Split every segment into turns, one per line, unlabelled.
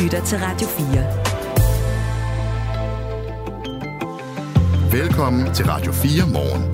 lytter til Radio 4.
Velkommen til Radio 4 morgen.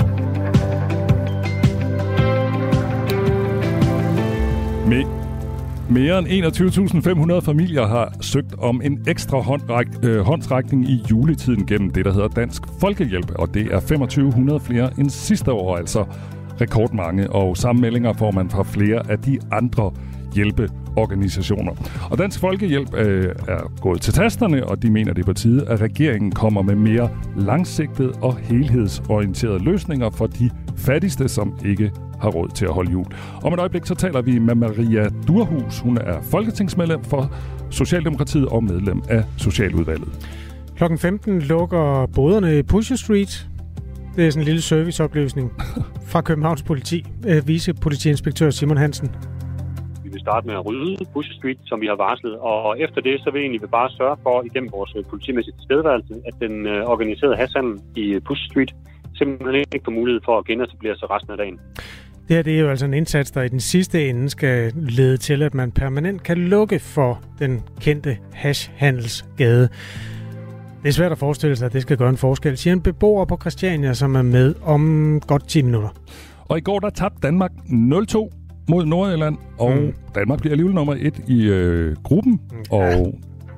Mere end 21.500 familier har søgt om en ekstra håndsrækning i juletiden gennem det, der hedder Dansk Folkehjælp, og det er 2500 flere end sidste år, altså rekordmange, og samme meldinger får man fra flere af de andre hjælpeorganisationer. Og Dansk Folkehjælp er gået til tasterne, og de mener, det er på tide, at regeringen kommer med mere langsigtede og helhedsorienterede løsninger for de fattigste, som ikke har råd til at holde jul. Om et øjeblik så taler vi med Maria Durhuus. Hun er folketingsmedlem for Socialdemokratiet og medlem af Socialudvalget.
Klokken 15 lukker boderne i Pusher Street. Det er sådan en lille serviceopløsning fra Københavns politi. Vicepolitiinspektør Simon Hansen.
Vi vil starte med at rydde Pusher Street, som vi har varslet, og efter det, så vil vi egentlig bare sørge for, igennem vores politimæssige tilstedeværelse, at den organiserede hashhandel i Pusher Street simpelthen ikke får mulighed for at genetablere sig resten af dagen.
Det her det er jo altså en indsats, der i den sidste ende skal lede til, at man permanent kan lukke for den kendte hashhandelsgade. Det er svært at forestille sig, at det skal gøre en forskel, siger en beboer på Christiania, som er med om godt 10 minutter. Og
i går der tabte Danmark 0-2 mod Nordirland, og Danmark bliver alligevel nummer 1 i gruppen. Ja. Og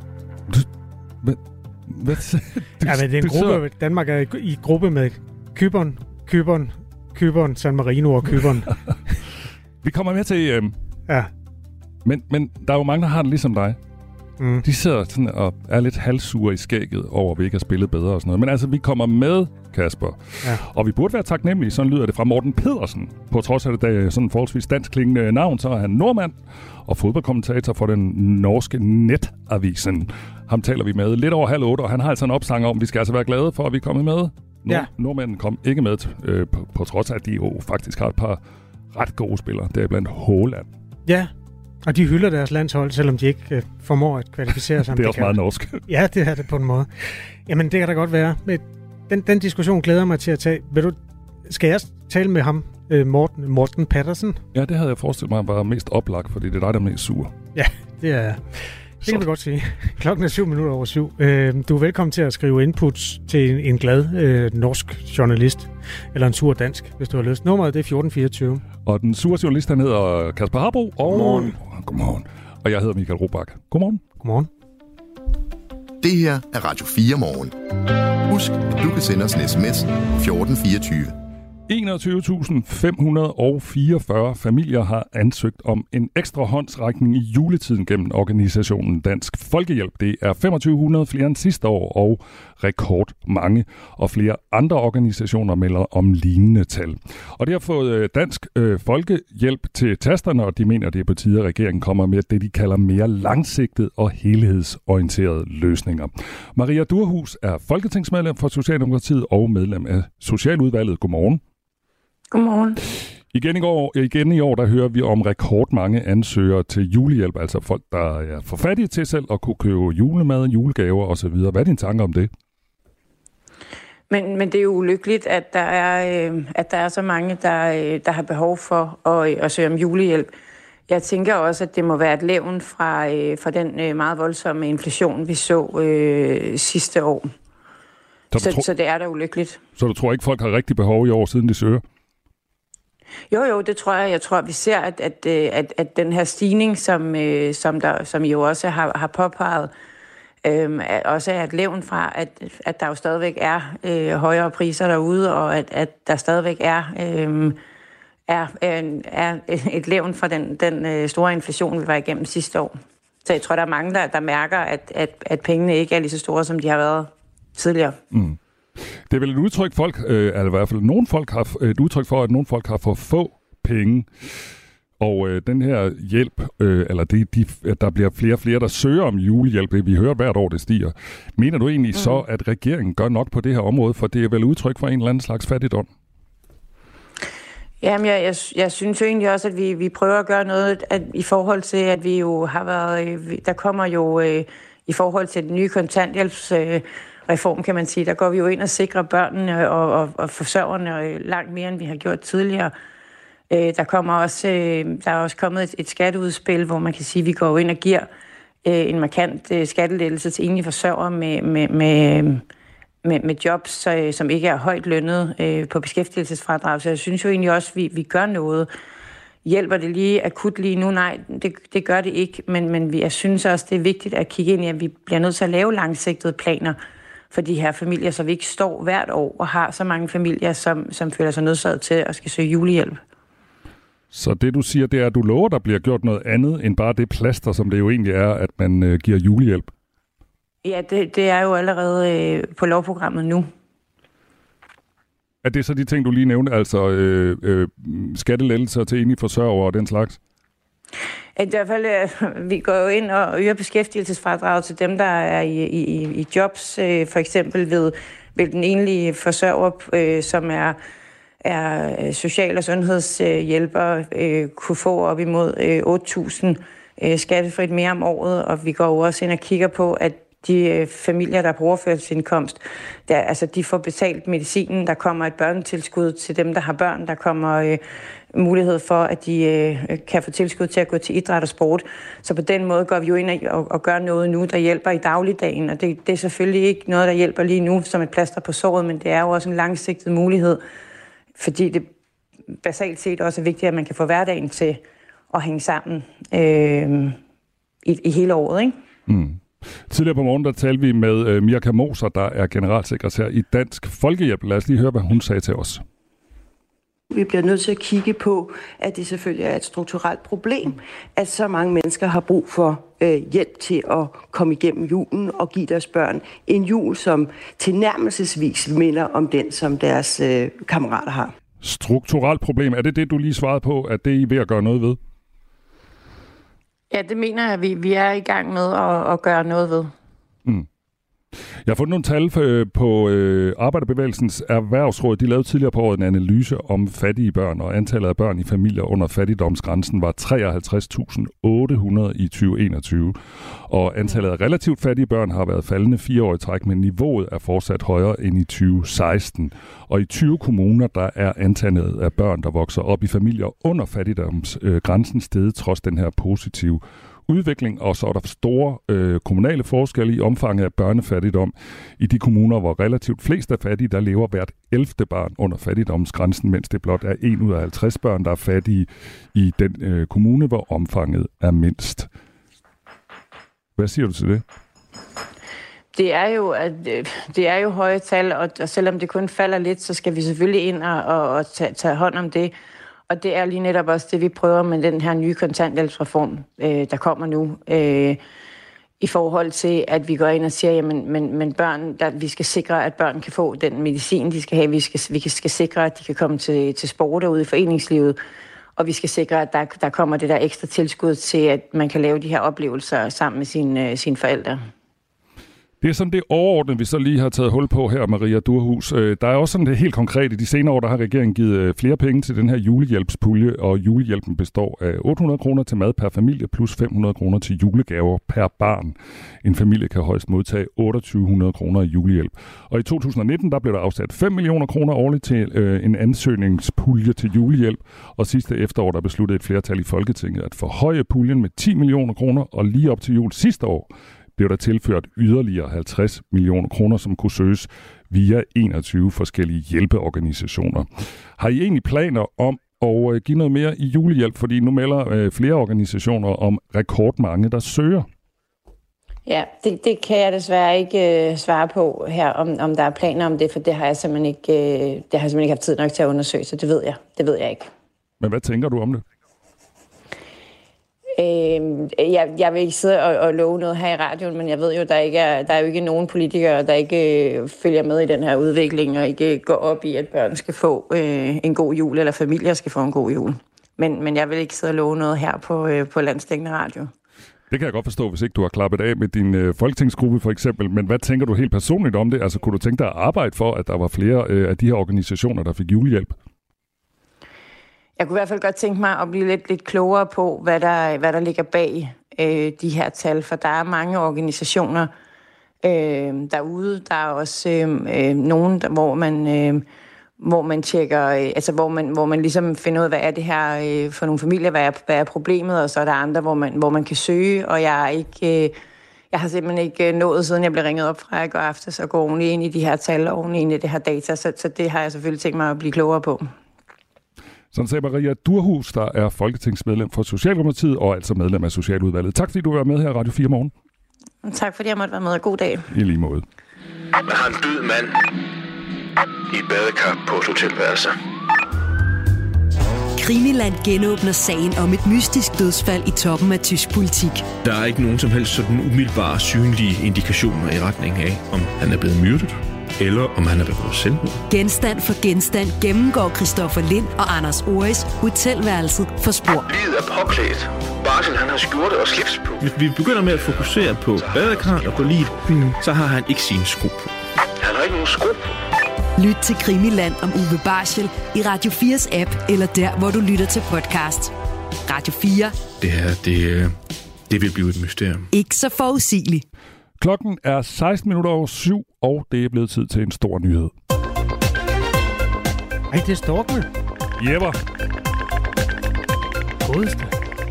men det er en gruppe. Danmark er i gruppe med Cypern, San Marino og Cypern.
Vi kommer med til ja. Men der er jo mange, der har det ligesom dig. De sidder sådan og er lidt halvsure i skægget over, at vi ikke har spillet bedre og sådan noget. Men altså, vi kommer med, Kasper. Ja. Og vi burde være taknemmelige, sådan lyder det fra Morten Pedersen. På trods af det, der er sådan en forholdsvis dansk klingende navn, så er han nordmand og fodboldkommentator for den norske Netavisen. Ham taler vi med lidt over 7:30, og han har altså en opsang om, at vi skal altså være glade for, at vi er kommet med. Nordmænden kom ikke med, på trods af, at de jo faktisk har et par ret gode spillere. Det er blandt Haaland.
Ja, og de hylder deres landshold, selvom de ikke formår at kvalificere sig.
Det er også meget norsk.
Ja, det er det på en måde. Jamen, det kan da godt være. Den diskussion glæder mig til at tage. Skal jeg tale med ham, Morten Patterson?
Ja, det havde jeg forestillet mig var mest oplagt, fordi det er dig, der er mest sur.
Ja, det er det kan vi godt sige. Klokken er 7:07. Du er velkommen til at skrive inputs til en glad norsk journalist, eller en sur dansk, hvis du har lyst. Nummeret det er 1424.
Og den sure journalist, han hedder Kasper Harbo. Og
Godmorgen.
Og jeg hedder Michael Robach. Godmorgen.
Godmorgen.
Det her er Radio 4 morgen. Husk, at du kan sende os en sms 1424.
21.544 familier har ansøgt om en ekstra håndsrækning i juletiden gennem organisationen Dansk Folkehjælp. Det er 2500 flere end sidste år og rekordmange, og flere andre organisationer melder om lignende tal. Og det har fået Dansk Folkehjælp til tasterne, og de mener, det er på tide, at regeringen kommer med det, de kalder mere langsigtede og helhedsorienterede løsninger. Maria Durhuus er folketingsmedlem for Socialdemokratiet og medlem af Socialudvalget. Godmorgen.
Godmorgen.
Igen i år, der hører vi om rekordmange ansøgere til julehjælp, altså folk, der er for fattige til selv at kunne købe julemad, julegaver osv. Hvad er dine tanker om det?
Men det er jo ulykkeligt, at der er så mange, der har behov for at søge om julehjælp. Jeg tænker også, at det må være et levn fra den meget voldsomme inflation, vi så sidste år. Så det er da ulykkeligt. Så du
tror ikke, folk har rigtig behov i år, siden de søger?
Jo, det tror jeg. Jeg tror, vi ser, at den her stigning, som I jo også har påpeget, også er et levn fra, at der jo stadigvæk er højere priser derude, og at der stadigvæk er et levn fra den store inflation, vi var igennem sidste år. Så jeg tror, der er mange, der mærker, at pengene ikke er lige så store, som de har været tidligere. Mm.
Det er vel et udtryk, eller i hvert fald nogle folk har et udtryk for, at nogle folk har for få penge. Og den her hjælp, eller at der bliver flere og flere, der søger om julehjælp, vi hører hvert år, det stiger. Mener du egentlig så, at regeringen gør nok på det her område, for det er vel udtryk for en eller anden slags fattigdom?
Jamen, jeg synes jo egentlig også, at vi prøver at gøre noget i forhold til, at vi jo har været... Der kommer jo i forhold til den nye kontanthjælpsreform, kan man sige, der går vi jo ind og sikrer børnene og forsørgerne langt mere, end vi har gjort tidligere. Der er også kommet et skatteudspil, hvor man kan sige, at vi går ind og giver en markant skattelettelse til enlige forsørgere med jobs, som ikke er højt lønnet på beskæftigelsesfradrag. Så jeg synes jo egentlig også, at vi gør noget. Hjælper det lige akut lige nu? Nej, det gør det ikke. Men jeg synes også, det er vigtigt at kigge ind i, at vi bliver nødt til at lave langsigtede planer for de her familier, så vi ikke står hvert år og har så mange familier, som føler sig nødsaget til at skal søge julehjælp.
Så det, du siger, det er, at du lover, der bliver gjort noget andet end bare det plaster, som det jo egentlig er, at man giver julehjælp?
Ja, det er jo allerede på lovprogrammet nu.
Er det så de ting, du lige nævnte, altså skattelettelser til enlige forsørgere og den slags?
I hvert fald, vi går jo ind og øger beskæftigelsesfradraget til dem, der er i jobs, for eksempel ved den enlige forsørger, som er social- og sundhedshjælper, kunne få op imod 8.000 skattefrit mere om året, og vi går jo også ind og kigger på, at de familier, der har overførselsindkomst, de får betalt medicinen, der kommer et børnetilskud til dem, der har børn, der kommer mulighed for, at de kan få tilskud til at gå til idræt og sport. Så på den måde går vi jo ind og gør noget nu, der hjælper i dagligdagen, og det er selvfølgelig ikke noget, der hjælper lige nu som et plaster på såret, men det er jo også en langsigtet mulighed, fordi det basalt set også er vigtigt, at man kan få hverdagen til at hænge sammen i hele året, ikke?
Mm. Tidligere på morgen, der talte vi med Mirka Moser, der er generalsekretær i Dansk Folkehjælp. Lad os lige høre, hvad hun sagde til os.
Vi bliver nødt til at kigge på, at det selvfølgelig er et strukturelt problem, at så mange mennesker har brug for hjælp til at komme igennem julen og give deres børn en jul, som tilnærmelsesvis minder om den, som deres kammerater har.
Strukturelt problem, er det, du lige svarede på, at det I er ved at gøre noget ved?
Ja, det mener jeg, at vi er i gang med at gøre noget ved.
Mm. Jeg har fundet nogle tal på Arbejderbevægelsens Erhvervsråd. De lavede tidligere på året en analyse om fattige børn, og antallet af børn i familier under fattigdomsgrænsen var 53.800 i 2021. Og antallet af relativt fattige børn har været faldende 4 år i træk, men niveauet er fortsat højere end i 2016. Og i 20 kommuner, der er antallet af børn, der vokser op i familier under fattigdomsgrænsen steget trods den her positive udvikling, og så er der store kommunale forskelle i omfanget af børnefattigdom. I de kommuner, hvor relativt flest er fattige, der lever hvert 11. barn under fattigdomsgrænsen, mens det blot er 1 ud af 50 børn, der er fattige i den kommune, hvor omfanget er mindst. Hvad siger du til det?
Det er jo høje tal, og selvom det kun falder lidt, så skal vi selvfølgelig ind og tage hånd om det. Og det er lige netop også det, vi prøver med den her nye kontanthjælpsreform, der kommer nu. I forhold til, at vi går ind og siger, jamen, men børn, vi skal sikre, at børn kan få den medicin, de skal have. Vi skal sikre, at de kan komme til sport ude i foreningslivet. Og vi skal sikre, at der kommer det der ekstra tilskud til, at man kan lave de her oplevelser sammen med sine forældre.
Det er sådan det overordnede, vi så lige har taget hul på her, Maria Durhuus. Der er også sådan det helt konkret. I de senere år, der har regeringen givet flere penge til den her julehjælpspulje, og julehjælpen består af 800 kroner til mad per familie, plus 500 kroner til julegaver per barn. En familie kan højst modtage 2800 kroner i julehjælp. Og i 2019, der blev der afsat 5 millioner kroner årligt til en ansøgningspulje til julehjælp. Og sidste efterår, der besluttede et flertal i Folketinget at forhøje puljen med 10 millioner kroner, og lige op til jul sidste år blev der tilført yderligere 50 millioner kroner, som kunne søges via 21 forskellige hjælpeorganisationer. Har I egentlig planer om at give noget mere i julehjælp? Fordi nu melder flere organisationer om rekordmange, der søger.
Ja, det kan jeg desværre ikke svare på her, om der er planer om det, for det har jeg simpelthen ikke haft tid nok til at undersøge, så det ved jeg ikke.
Men hvad tænker du om det?
Jeg vil ikke sidde og love noget her i radioen, men jeg ved jo, der er jo ikke nogen politikere, der ikke følger med i den her udvikling og ikke går op i, at børn skal få en god jul, eller familier skal få en god jul. Men jeg vil ikke sidde og love noget her på landsdækkende radio.
Det kan jeg godt forstå, hvis ikke du har klappet af med din folketingsgruppe for eksempel. Men hvad tænker du helt personligt om det? Altså, kunne du tænke dig at arbejde for, at der var flere af de her organisationer, der fik julehjælp?
Jeg kunne i hvert fald godt tænke mig at blive lidt klogere på, hvad der ligger bag de her tal, for der er mange organisationer derude. Der er også nogen, hvor man tjekker, altså hvor man ligesom finder ud af, hvad er det her for nogle familier, hvad er problemet, og så er der andre, hvor man kan søge, og jeg har simpelthen ikke nået, siden jeg blev ringet op fra i går aftes, at gå ordentligt ind i de her tal, og ordentligt ind i det her data, så det har jeg selvfølgelig tænkt mig at blive klogere på.
Sådan sagde Maria Durhuus, der er folketingsmedlem for Socialdemokratiet og altså medlem af Socialudvalget. Tak fordi du var med her i Radio 4 Morgen.
Tak fordi jeg måtte være med. God dag.
I lige måde.
Man har en død mand i et badekar på et hotelværelse.
Krimiland genåbner sagen om et mystisk dødsfald i toppen af tysk politik.
Der er ikke nogen som helst sådan umiddelbare synlige indikationer i retning af, om han er blevet myrdet, eller om han er begået selvmord.
Genstand for genstand gennemgår Christoffer Lind og Anders Oris hotelværelset for spor.
Livet er påklædt. Barsel, han har skjorte og slips på.
Hvis vi begynder med at fokusere på badekar og på livet, så har han ikke sine sko på.
Han har ikke nogen sko på.
Lyt til Krimiland om Uwe Barschel i Radio 4's app, eller der, hvor du lytter til podcast. Radio 4.
Det her, det vil blive et mysterium.
Ikke så forudsigeligt.
Klokken er 7:16, og det er blevet tid til en stor nyhed.
Ej, det er storkene.
Jepper.
Godeste.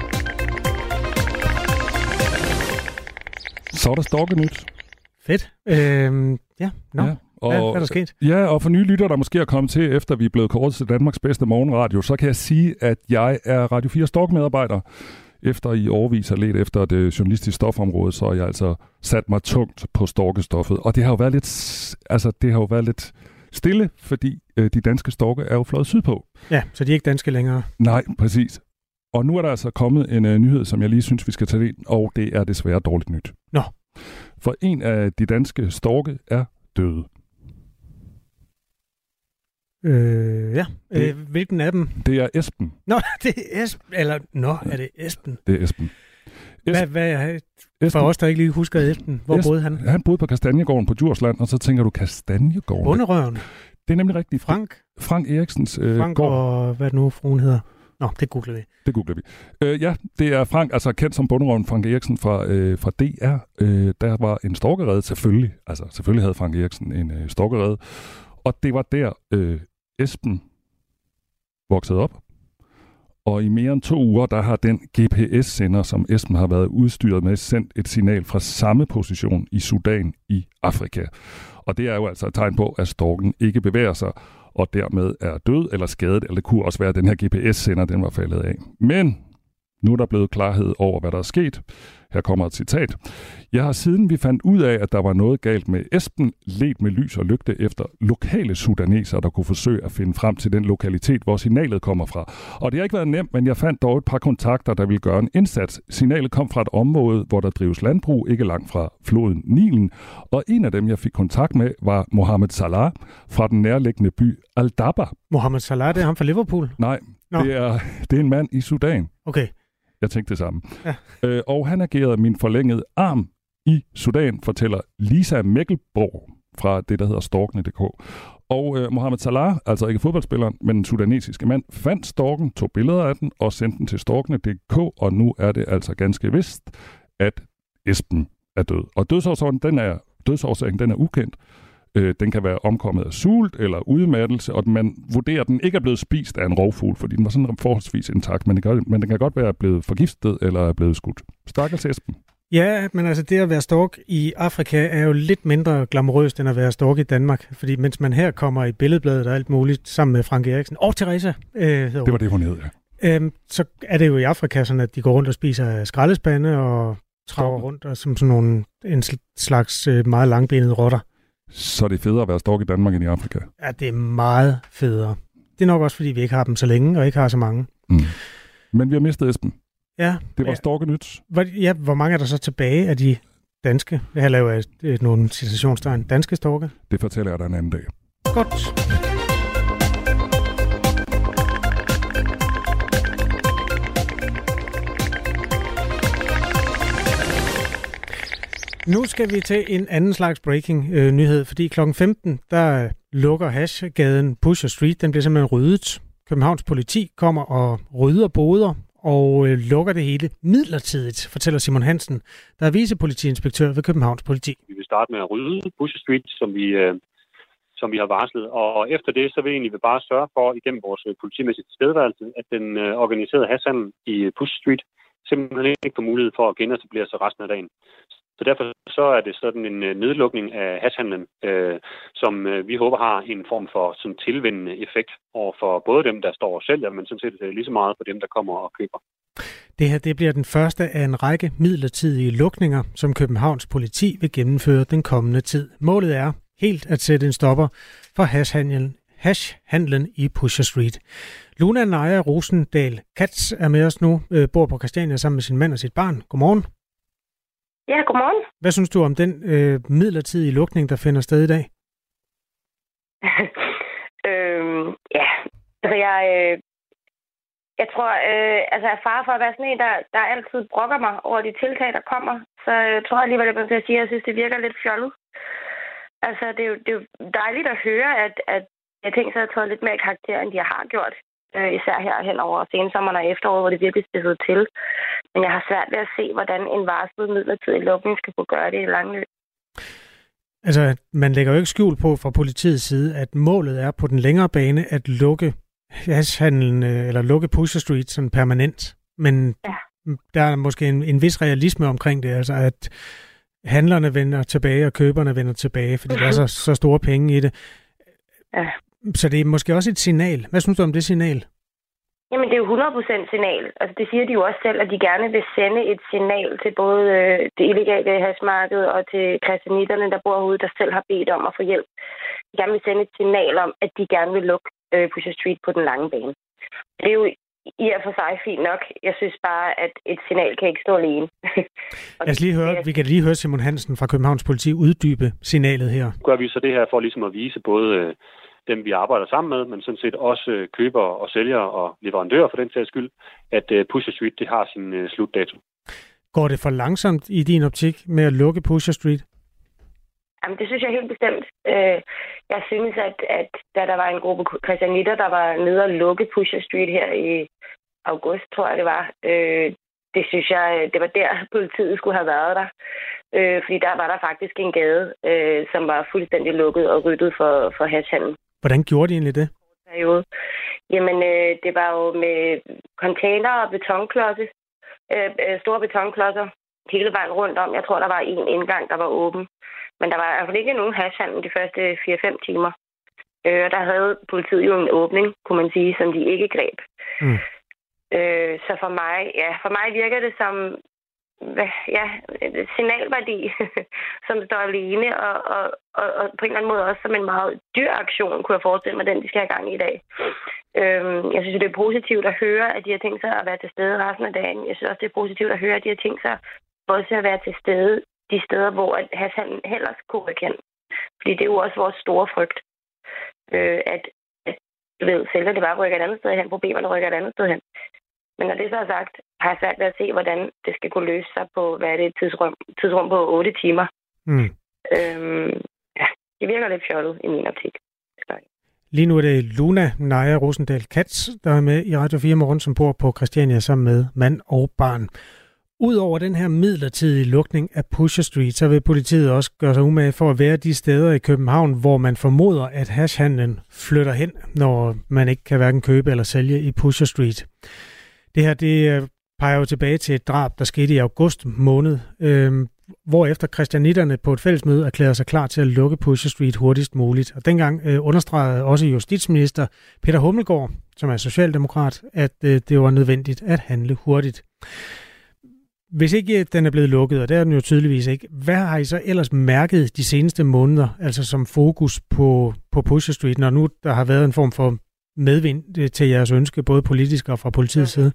Så er der storkenyt.
Fedt. Ja,
Og,
hvad er der sket?
Ja, og for nye lytter, der måske er kommet til, efter vi er blevet kåret til Danmarks bedste morgenradio, så kan jeg sige, at jeg er Radio 4 Stork-medarbejder. Efter i årevis har let efter det journalistiske stofområde, så har jeg altså sat mig tungt på storkestoffet. Og det har jo været lidt, stille, fordi de danske storke er jo fløjet sydpå.
Ja, så de er ikke danske længere.
Nej, præcis. Og nu er der altså kommet en nyhed, som jeg lige synes, vi skal tage ind, og det er desværre dårligt nyt.
Nå.
For en af de danske storke er døde.
Hvilken af dem?
Det er Esben.
Nå, det er Esben. Er det Esben?
Det er Esben.
For os, der ikke lige husker Esben, hvor boede han?
Han boede på Kastanjegården på Djursland, og så tænker du, Kastanjegården?
Bonderøven.
Det er nemlig rigtigt.
Frank
Eriksens
Frank
gård.
Og hvad nu fruen hedder? Nå, det googler vi.
Ja, det er Frank, altså kendt som bonderøven Frank Eriksen fra DR. Der var en storkerede, selvfølgelig. Altså, selvfølgelig havde Frank Eriksen en storkerede. Og det var der, Esben voksede op. Og i mere end 2 uger, der har den GPS-sender, som Esben har været udstyret med, sendt et signal fra samme position i Sudan i Afrika. Og det er jo altså et tegn på, at storken ikke bevæger sig, og dermed er død eller skadet, eller det kunne også være, at den her GPS-sender, den var faldet af. Men nu er der blevet klarhed over, hvad der er sket. Her kommer et citat. Jeg har siden vi fandt ud af, at der var noget galt med Esben, ledt med lys og lygte efter lokale sudanesere, der kunne forsøge at finde frem til den lokalitet, hvor signalet kommer fra. Og det har ikke været nemt, men jeg fandt dog et par kontakter, der ville gøre en indsats. Signalet kom fra et område, hvor der drives landbrug, ikke langt fra floden Nilen. Og en af dem, jeg fik kontakt med, var Mohammed Salah fra den nærliggende by Al-Daba.
Mohammed Salah, det er ham fra Liverpool?
Nej, det er en mand i Sudan.
Okay. Jeg
tænkte det samme. Ja. Og han agerede min forlængede arm i Sudan, fortæller Lisa Mekkelborg fra det, der hedder Storkene.dk. Og Mohammed Salah, altså ikke fodboldspilleren, men den sudanesiske mand, fandt storken, tog billeder af den og sendte den til Storkene.dk, og nu er det altså ganske vist, at Esben er død. Og dødsårsagen, den er ukendt. Den kan være omkommet af sult eller udmattelse, og man vurderer, at den ikke er blevet spist af en rovfugl, fordi den var sådan forholdsvis intakt, men den kan godt være blevet forgiftet eller blevet skudt. Stakkels Esben.
Ja, men altså det at være stork i Afrika er jo lidt mindre glamorøst, end at være stork i Danmark. Fordi mens man her kommer i billedbladet og alt muligt, sammen med Frank Eriksen og Teresa,
det var det, hun hed, ja.
Så er det jo i Afrika sådan, at de går rundt og spiser skraldespande og traver rundt og som sådan en slags meget langbenede rotter.
Så det er federe at være stork i Danmark end i Afrika?
Ja, det er meget federe. Det er nok også, fordi vi ikke har dem så længe, og ikke har så mange. Mm.
Men vi har mistet Esben.
Ja.
Det var storkenyt.
Ja, hvor mange er der så tilbage af de danske? Her laver jeg nogle citationstegn. Danske storke?
Det fortæller jeg dig en anden dag.
Godt. Nu skal vi til en anden slags breaking-nyhed, fordi kl. 15, der lukker hashgaden Pusher Street. Den bliver simpelthen ryddet. Københavns politi kommer og rydder boder og lukker det hele midlertidigt, fortæller Simon Hansen, der er vicepolitiinspektør ved Københavns Politi.
Vi vil starte med at rydde Pusher Street, som vi har varslet. Og efter det, så vil vi egentlig bare sørge for, igennem vores politimæssige tilstedeværelse, at den organiserede hashhandel i Push Street simpelthen ikke får mulighed for at genetablere sig resten af dagen. Så derfor så er det sådan en nedlukning af hashhandlen, som vi håber har en form for sådan tilvindende effekt over for både dem, der står og sælger, men sådan set lige så meget for dem, der kommer og køber.
Det her bliver den første af en række midlertidige lukninger, som Københavns politi vil gennemføre den kommende tid. Målet er helt at sætte en stopper for hashhandlen i Pusher Street. Luna Naja Rosendal Katz er med os nu, bor på Christiania sammen med sin mand og sit barn. Godmorgen.
Ja, godmorgen.
Hvad synes du om den midlertidige lukning, der finder sted i dag?
Jeg tror, af fare for at være sådan en, der altid brokker mig over de tiltag, der kommer, så tror jeg alligevel, at jeg sige, at jeg synes, det virker lidt fjollet. Altså, det er jo dejligt at høre, at jeg tænker sig at tage lidt mere karakter, end de har gjort. Især her hen over sensommeren og efteråret, hvor det virkelig spidsede til. Men jeg har svært ved at se, hvordan en varslet midlertidig lukning skal kunne gøre det i lang løb.
Altså, man lægger jo ikke skjul på fra politiets side, at målet er på den længere bane at lukke hashhandlen, eller lukke Pusher Street sådan permanent. Men der er måske en vis realisme omkring det, altså at handlerne vender tilbage, og køberne vender tilbage, fordi der er så store penge i det.
Ja.
Så det er måske også et signal. Hvad synes du om det signal?
Jamen, det er jo 100% signal. Altså, det siger de jo også selv, at de gerne vil sende et signal til både det illegale hashmarked og til christianitterne, der bor herude, der selv har bedt om at få hjælp. De gerne vil sende et signal om, at de gerne vil lukke Pusher Street på den lange bane. Det er jo i og for sig fint nok. Jeg synes bare, at et signal kan ikke stå alene.
Vi kan lige høre Simon Hansen fra Københavns Politi uddybe signalet her.
Gør vi så det her for ligesom at vise både dem, vi arbejder sammen med, men sådan set også købere og sælgere og leverandører for den sags skyld, at Pusher Street det har sin slutdato. Går
det for langsomt i din optik med at lukke Pusher Street?
Jamen, det synes jeg helt bestemt. Jeg synes, at da der var en gruppe christianitter, der var nede og lukke Pusher Street her i august, tror jeg det var, det synes jeg, det var der, politiet skulle have været der. Fordi der var der faktisk en gade, som var fuldstændig lukket og ryddet for hashhandel.
Hvordan gjorde de egentlig det?
Jamen, det var jo med container og betonklodser, store betonklodser hele vejen rundt om. Jeg tror, der var en indgang, der var åben. Men der var i hvert fald ikke nogen hashhandel de første 4-5 timer. Der havde politiet jo en åbning, kunne man sige, som de ikke greb. Så for mig virker det som signalværdi, som står alene, og på en eller anden måde også som en meget dyr aktion, kunne jeg forestille mig, den de skal have gang i dag. Jeg synes, det er positivt at høre, at de har tænkt sig at være til stede resten af dagen. Jeg synes også, det er positivt at høre, at de har tænkt sig også at være til stede de steder, hvor hashhandlen heller kunne være kendt. Fordi det er jo også vores store frygt, at sælger det bare rykker et andet sted hen, problemerne rykker et andet sted hen. Men når det så er sagt, har jeg svært ved at se, hvordan det skal kunne løse sig på, hvad er det, tidsrum på 8 timer. Det virker lidt fjollet i min optik.
Lige nu er det Luna Naja Rosendal Katz, der er med i Radio 4 Morgen, som bor på Christiania sammen med mand og barn. Udover den her midlertidige lukning af Pusher Street, så vil politiet også gøre sig umage for at være de steder i København, hvor man formoder, at hashhandlen flytter hen, når man ikke kan hverken købe eller sælge i Pusher Street. Det her, det peger jo tilbage til et drab, der skete i august måned, hvorefter christianitterne på et fællesmøde erklærede sig klar til at lukke Pusher Street hurtigst muligt. Og dengang understregede også justitsminister Peter Hummelgaard, som er socialdemokrat, at det var nødvendigt at handle hurtigt. Hvis ikke den er blevet lukket, og det er den jo tydeligvis ikke, hvad har I så ellers mærket de seneste måneder, altså som fokus på Pusher Street, når nu der har været en form for medvind til jeres ønske, både politisk og fra politiets side?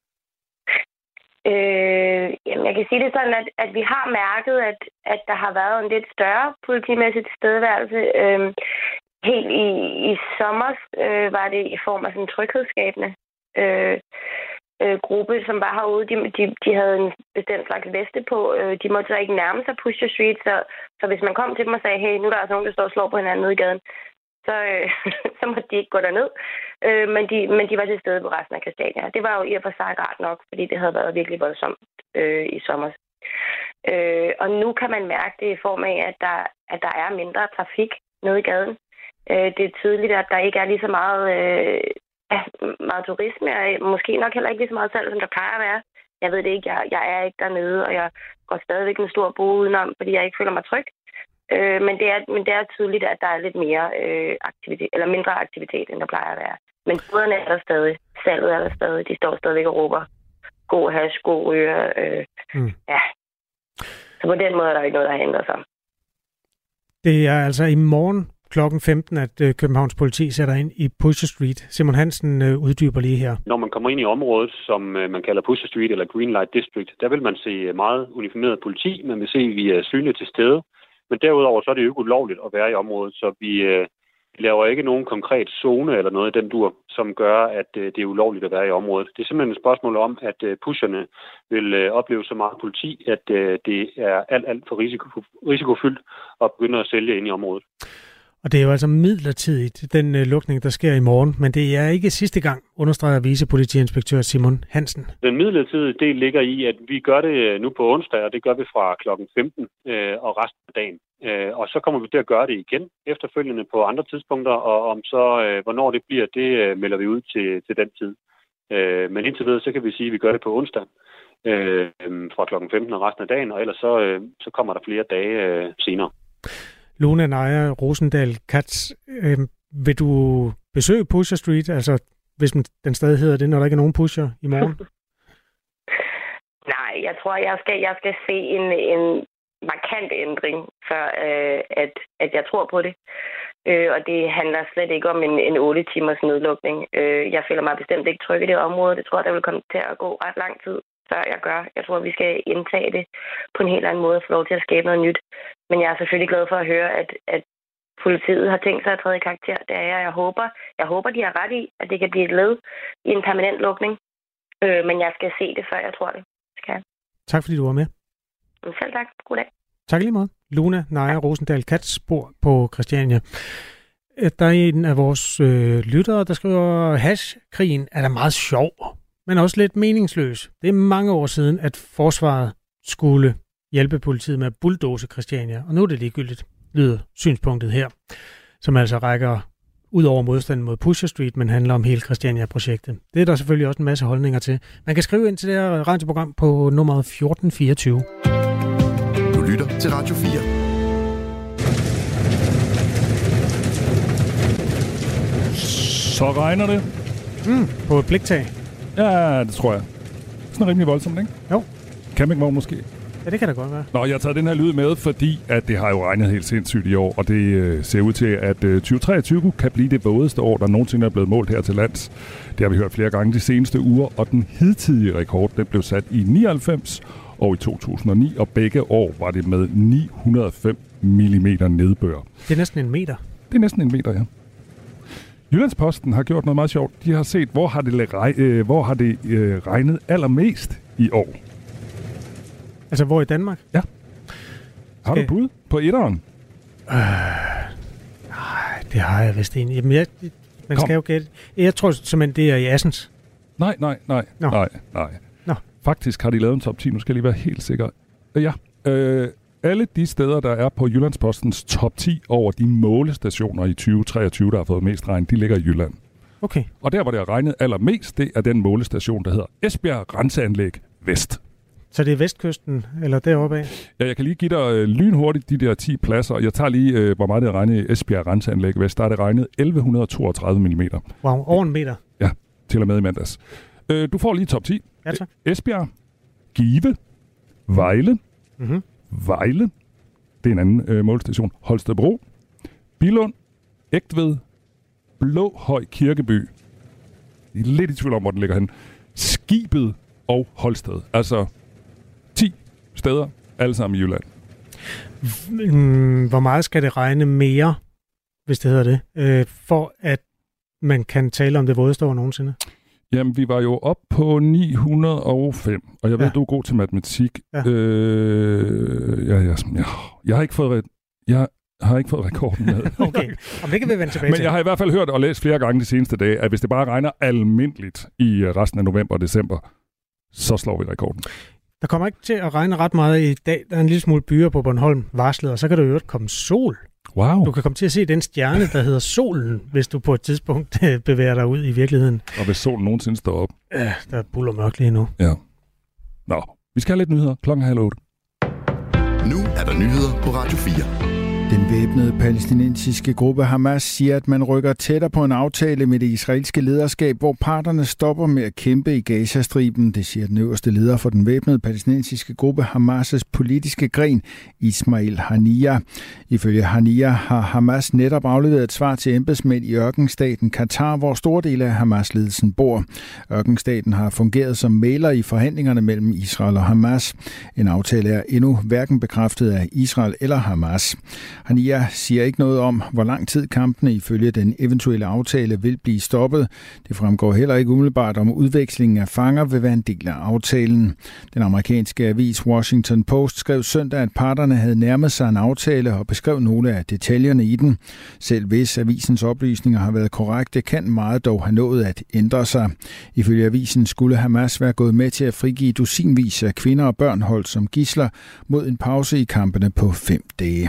Jamen, jeg kan sige det sådan, at vi har mærket, at der har været en lidt større politimæssig tilstedeværelse. Helt i sommer var det i form af sådan en tryghedsskabende gruppe, som var herude. De havde en bestemt slags veste på. De måtte så ikke nærme sig Pusher Street, så hvis man kom til dem og sagde, hey, nu er der altså nogen, der står og slår på hinanden nede i gaden, så måtte de ikke gå derned. Men de var til stede på resten af Christiania. Det var jo i og for sig rart nok, fordi det havde været virkelig voldsomt i sommer. Og nu kan man mærke det i form af, at der er mindre trafik nede i gaden. Det er tydeligt, at der ikke er lige så meget turisme, og måske nok heller ikke lige så meget salg, som der plejer at være. Jeg ved det ikke, jeg er ikke dernede, og jeg går stadigvæk en stor bue udenom, fordi jeg ikke føler mig tryg. Men det er tydeligt, at der er lidt mere aktivitet, eller mindre aktivitet, end der plejer at være. Men boderne er der stadig, salget er der stadig, de står stadigvæk og råber god hash, god ryger. Ja. Så på den måde er der ikke noget, der har ændret sig.
Det er altså i morgen klokken 15, at Københavns politi sætter ind i Pusher Street. Simon Hansen uddyber lige her.
Når man kommer ind i området, som man kalder Pusher Street eller Green Light District, der vil man se meget uniformeret politi. Man vil se, at vi er synlige til stede. Men derudover så er det jo ikke ulovligt at være i området, så vi laver ikke nogen konkret zone eller noget i den dur, som gør, at det er ulovligt at være i området. Det er simpelthen et spørgsmål om, at pusherne vil opleve så meget politi, at det er alt for risikofyldt at begynde at sælge ind i området.
Og det er jo altså midlertidigt, den lukning, der sker i morgen, men det er ikke sidste gang, understreger vicepolitiinspektør Simon Hansen.
Den midlertidige del ligger i, at vi gør det nu på onsdag, og det gør vi fra klokken 15 og resten af dagen. Og så kommer vi til at gøre det igen efterfølgende på andre tidspunkter, og om så hvornår det bliver, det melder vi ud til den tid. Men indtil videre, så kan vi sige, at vi gør det på onsdag fra klokken 15 og resten af dagen, og ellers så kommer der flere dage senere.
Luna Naja Rosendahl Katz, vil du besøge Pusher Street, altså hvis den stadig hedder det, når der ikke er nogen pusher i morgen?
Nej, jeg tror, jeg skal se en markant ændring, før at jeg tror på det. Og det handler slet ikke om en 8 timers nedlukning. Jeg føler mig bestemt ikke tryg i det område. Det tror jeg, der vil komme til at gå ret lang tid, før jeg gør. Jeg tror, vi skal indtage det på en helt anden måde og få lov til at skabe noget nyt. Men jeg er selvfølgelig glad for at høre, at politiet har tænkt sig at træde i karakter. Det er jeg. Jeg håber, de har ret i, at det kan blive et led i en permanent lukning. Men jeg skal se det, før jeg tror det. Skal jeg.
Tak fordi du var med.
Selv tak. God dag.
Tak lige meget. Luna Naja Rosendahl Katz bor på Christiania. Der er en af vores lyttere, der skriver, hashkrigen er da meget sjov, men også lidt meningsløs. Det er mange år siden, at forsvaret skulle hjælpe politiet med at bulldoze Christiania, og nu er det ligegyldigt, lyder synspunktet her, som altså rækker ud over modstanden mod Pusher Street, men handler om hele Christiania-projektet. Det er der selvfølgelig også en masse holdninger til. Man kan skrive ind til det her radioprogram på nummeret 1424.
Du lytter til Radio 4.
Så regner det.
På et bliktag.
Ja, det tror jeg. Sådan rimelig voldsomt, ikke?
Jo.
Campingvogn måske.
Ja, det kan da godt være.
Nå, jeg har taget den her lyd med, fordi at det har jo regnet helt sindssygt i år, og det ser ud til, at 2023 kan blive det vådeste år, der nogensinde er blevet målt her til lands. Det har vi hørt flere gange de seneste uger, og den hidtidige rekord, den blev sat i 99 og i 2009, og begge år var det med 905 mm nedbør.
Det er næsten en meter.
Det er næsten en meter, ja. Jyllandsposten har gjort noget meget sjovt. De har set, hvor har det regnet allermest i år.
Altså, hvor i Danmark?
Ja. Har du bud på etteren?
Nej, det har jeg vist egentlig. Jamen, man skal jo gætte. Jeg tror simpelthen, det er i Assens.
Nej.
Nå.
Faktisk har de lavet en top 10. Nu skal jeg lige være helt sikker. Ja. Alle de steder, der er på Jyllandspostens top 10 over de målestationer i 2023, der har fået mest regn, de ligger i Jylland.
Okay.
Og der, hvor det har regnet allermest, det er den målestation, der hedder Esbjerg Renseanlæg Vest.
Så det er vestkysten, eller deroppe af?
Ja, jeg kan lige give dig lynhurtigt de der 10 pladser. Jeg tager lige, hvor meget det har regnet i Esbjerg Renseanlæg Vest. Der er det regnet 1132 mm.
Wow, over en meter.
Ja, til og med i mandags. Du får lige top 10.
Ja, tak.
Esbjerg, Give, Vejle, Vejle, det er en anden målstation, Holstebro, Billund, Egtved, Blåhøj Kirkeby. Jeg er lidt i tvivl om, hvor den ligger hen. Skibet og Holsted. Altså 10 steder, alle sammen i Jylland.
Hvor meget skal det regne mere, hvis det hedder det, for at man kan tale om det vådeste år nogensinde?
Jamen, vi var jo op på 905, og jeg ved, du er god til matematik.
Ja.
Jeg har ikke fået rekorden med.
Okay, og det kan vi vende tilbage til.
Men jeg har i hvert fald hørt og læst flere gange de seneste dage, at hvis det bare regner almindeligt i resten af november og december, så slår vi rekorden.
Der kommer ikke til at regne ret meget i dag. Der er en lille smule byer på Bornholm varslet, og så kan der jo komme sol.
Wow.
Du kan komme til at se den stjerne, der hedder solen, hvis du på et tidspunkt bevæger dig ud i virkeligheden.
Og hvis solen nogensinde står op.
Ja, der er buller mørkt lige nu.
Ja. Nå, vi skal have lidt nyheder. 7:30.
Nu er der nyheder på Radio 4.
Den væbnede palæstinensiske gruppe Hamas siger, at man rykker tættere på en aftale med det israelske lederskab, hvor parterne stopper med at kæmpe i Gazastriben. Det siger den øverste leder for den væbnede palæstinensiske gruppe Hamas' politiske gren, Ismail Haniyeh. Ifølge Haniyeh har Hamas netop afleveret et svar til embedsmænd i ørkenstaten Katar, hvor store dele af Hamas-ledelsen bor. Ørkenstaten har fungeret som mægler i forhandlingerne mellem Israel og Hamas. En aftale er endnu hverken bekræftet af Israel eller Hamas. Haniyeh siger ikke noget om, hvor lang tid kampene ifølge den eventuelle aftale vil blive stoppet. Det fremgår heller ikke umiddelbart, om udvekslingen af fanger vil være en del af aftalen. Den amerikanske avis Washington Post skrev søndag, at parterne havde nærmet sig en aftale og beskrev nogle af detaljerne i den. Selv hvis avisens oplysninger har været korrekte, kan meget dog have nået at ændre sig. Ifølge avisen skulle Hamas være gået med til at frigive dusinvis af kvinder og børn holdt som gidsler mod en pause i kampene på 5 dage.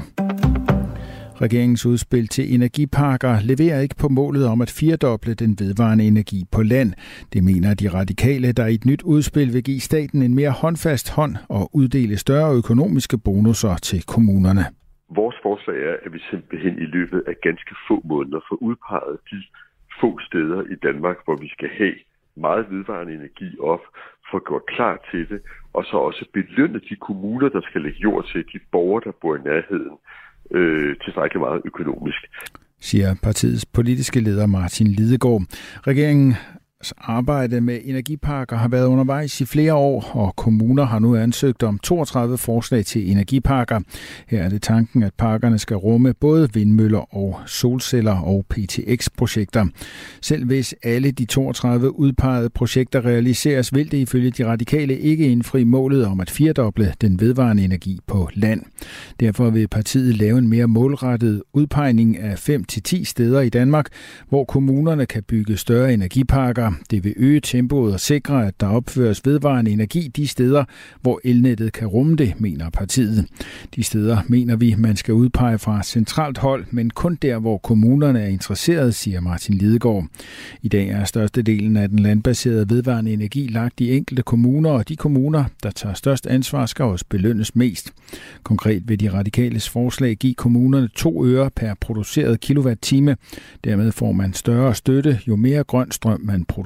Regeringens udspil til energiparker leverer ikke på målet om at firedoble den vedvarende energi på land. Det mener de radikale, der i et nyt udspil vil give staten en mere håndfast hånd og uddele større økonomiske bonusser til kommunerne.
Vores forslag er, at vi simpelthen i løbet af ganske få måneder får udpeget de få steder i Danmark, hvor vi skal have meget vedvarende energi op, få gjort klar til det, og så også belønne de kommuner, der skal lægge jord til, de borgere, der bor i nærheden, tilstrækkeligt meget økonomisk,
siger partiets politiske leder Martin Lidegaard. Regeringen arbejde med energiparker har været undervejs i flere år, og kommuner har nu ansøgt om 32 forslag til energiparker. Her er det tanken, at parkerne skal rumme både vindmøller og solceller og PTX-projekter. Selv hvis alle de 32 udpegede projekter realiseres, vil det ifølge de radikale ikke indfri målet om at firedoble den vedvarende energi på land. Derfor vil partiet lave en mere målrettet udpegning af 5-10 steder i Danmark, hvor kommunerne kan bygge større energiparker. Det vil øge tempoet og sikre, at der opføres vedvarende energi de steder, hvor elnettet kan rumme det, mener partiet. De steder mener vi, man skal udpege fra centralt hold, men kun der, hvor kommunerne er interesserede, siger Martin Lidegaard. I dag er størstedelen af den landbaserede vedvarende energi lagt i enkelte kommuner, og de kommuner, der tager størst ansvar, skal også belønnes mest. Konkret vil de radikales forslag give kommunerne 2 øre per produceret kilowatt-time. Dermed får man større støtte, jo mere grøn strøm man producerer.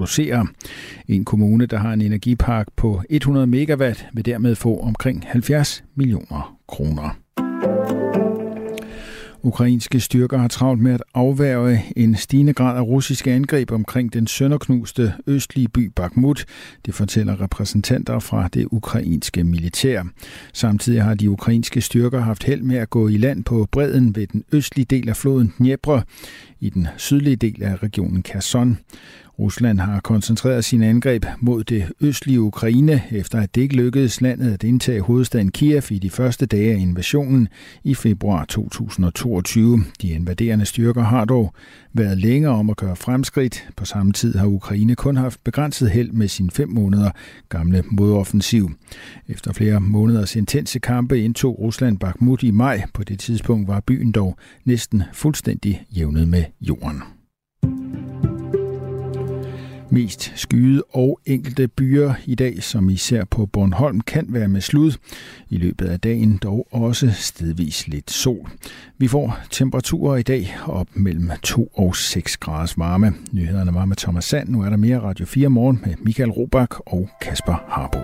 En kommune, der har en energipark på 100 megawatt, vil dermed få omkring 70 millioner kroner. Ukrainske styrker har travlt med at afværge en stigende grad af russiske angreb omkring den sønderknuste østlige by Bakhmut. Det fortæller repræsentanter fra det ukrainske militær. Samtidig har de ukrainske styrker haft held med at gå i land på bredden ved den østlige del af floden Dnepr i den sydlige del af regionen Kherson. Rusland har koncentreret sine angreb mod det østlige Ukraine, efter at det ikke lykkedes landet at indtage hovedstaden Kiev i de første dage af invasionen i februar 2022. De invaderende styrker har dog været længere om at gøre fremskridt. På samme tid har Ukraine kun haft begrænset held med sin 5 måneder gamle modoffensiv. Efter flere måneders intense kampe indtog Rusland Bakhmut i maj. På det tidspunkt var byen dog næsten fuldstændig jævnet med jorden. Mest skyet og enkelte byer i dag, som især på Bornholm, kan være med slud. I løbet af dagen dog også stedvis lidt sol. Vi får temperaturer i dag op mellem 2 og 6 graders varme. Nyhederne var med Thomas Sand. Nu er der mere Radio 4 morgen med Michael Robach og Kasper Harbo.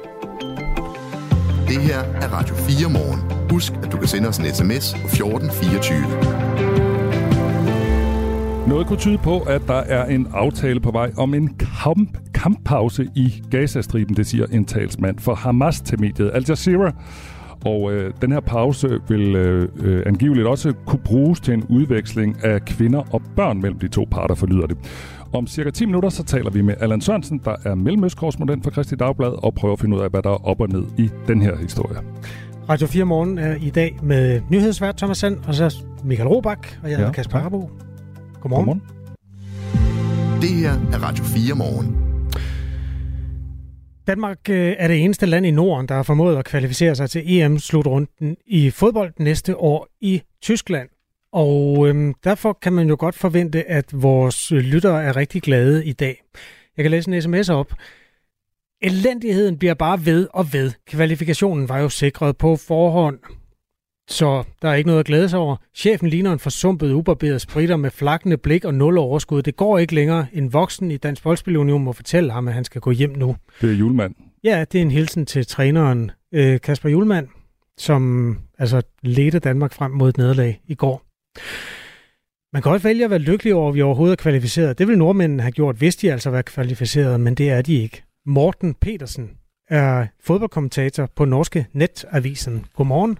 Det her er Radio 4 morgen. Husk, at du kan sende os en sms på 1424.
Noget kunne tyde på, at der er en aftale på vej om en kamppause i Gazastriben, det siger en talsmand for Hamas til mediet Al Jazeera. Og den her pause vil angiveligt også kunne bruges til en udveksling af kvinder og børn mellem de to parter, forlyder det. Om cirka 10 minutter, så taler vi med Allan Sørensen, der er mellemøstkorrespondent for Kristeligt Dagblad, og prøver at finde ud af, hvad der er op og ned i den her historie.
Radio 4 Morgen er i dag med nyhedsvært Thomas Sand, og så Michael Robach, og jeg hedder Kasper Harbo. Godmorgen. Godmorgen.
Det her er Radio 4 morgen.
Danmark er det eneste land i Norden, der har formået at kvalificere sig til EM-slutrunden i fodbold næste år i Tyskland. Og derfor kan man jo godt forvente, at vores lyttere er rigtig glade i dag. Jeg kan læse en sms op. Elendigheden bliver bare ved og ved. Kvalifikationen var jo sikret på forhånd, så der er ikke noget at glæde sig over. Chefen ligner en forsumpet, ubarberet spritter med flakkende blik og nul overskud. Det går ikke længere. En voksen i Dansk Boldspilunion må fortælle ham, at han skal gå hjem nu.
Det er Hjulmand.
Ja, det er en hilsen til træneren Kasper Hjulmand, som altså ledte Danmark frem mod et nederlag i går. Man kan også vælge at være lykkelig over, at vi overhovedet er kvalificeret. Det vil nordmændene have gjort, hvis de altså var kvalificeret, men det er de ikke. Morten Petersen er fodboldkommentator på norske Netavisen. Godmorgen.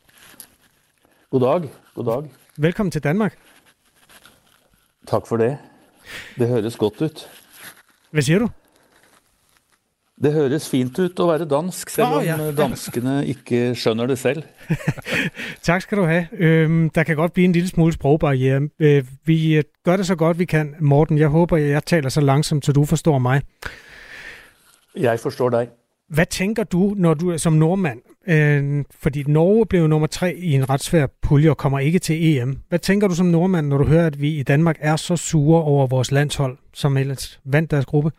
God dag.
Velkommen til Danmark.
Tak for det. Det høres godt ud.
Hvad siger du?
Det høres fint ud at være dansk, selv om danskene ikke skjønner det selv.
Tak skal du have. Der kan godt blive en lille smule sprogbarriere. Vi gør det så godt vi kan, Morten. Jeg håber, jeg taler så langsomt, så du forstår mig.
Jeg forstår dig.
Hvad tænker du, når du er som nordmand? Fordi Norge blev nummer 3 i en ret svær pulje og kommer ikke til EM. Hvad tænker du som nordmand, når du hører, at vi i Danmark er så sure over vores landshold, som ellers vandt deres gruppe?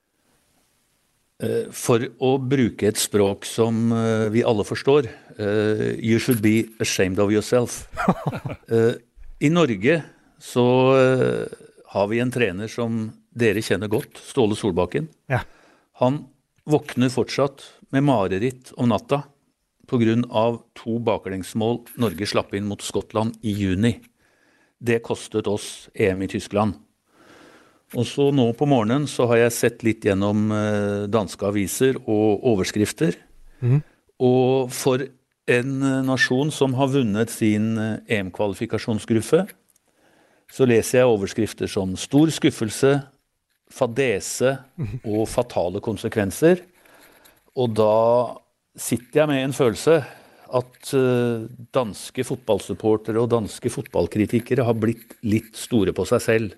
For at bruge et sprog, som vi alle forstår, you should be ashamed of yourself. I Norge så har vi en træner, som dere kender godt, Ståle Solbakken.
Ja.
Han våkner fortsatt med mareritt om natta på grund av 2 baklengsmål Norge slapp inn mot Skottland i juni. Det kostet oss EM i Tyskland. Og så nå på morgenen så har jeg sett litt gjennom danske aviser og overskrifter. Og for en nasjon som har vunnet sin EM-kvalifikasjonsgruppe, så leser jeg overskrifter som stor skuffelse, fadese og fatale konsekvenser. Og da sitter jeg med en følelse at danske fotballsupportere og danske fotballkritikere har blitt litt store på seg selv.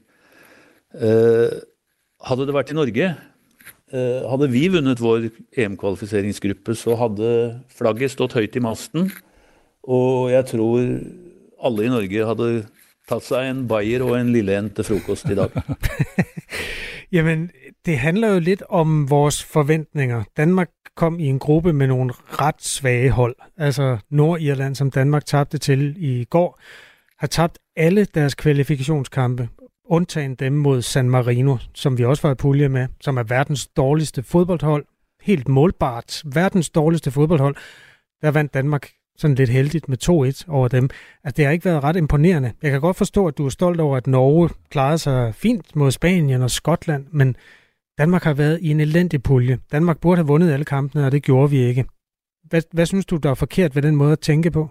Hadde det vært i Norge, hadde vi vunnet vår EM-kvalifiseringsgruppe, så hadde flagget stått høyt i masten, og jeg tror alle i Norge hadde tatt seg en bayer og en lille en til frokost i dag.
Jamen, det handler jo lidt om vores forventninger. Danmark kom i en gruppe med nogle ret svage hold. Altså Nordirland, som Danmark tabte til i går, har tabt alle deres kvalifikationskampe, undtagen dem mod San Marino, som vi også var i pulje med, som er verdens dårligste fodboldhold. Helt målbart. Verdens dårligste fodboldhold. Der vandt Danmark sådan lidt heldigt med 2-1 over dem. Altså, det har ikke været ret imponerende. Jeg kan godt forstå, at du er stolt over, at Norge klarede sig fint mod Spanien og Skotland, men Danmark har været i en elendig pulje. Danmark burde have vundet alle kampene, og det gjorde vi ikke. Hvad synes du, der er forkert ved den måde at tænke på?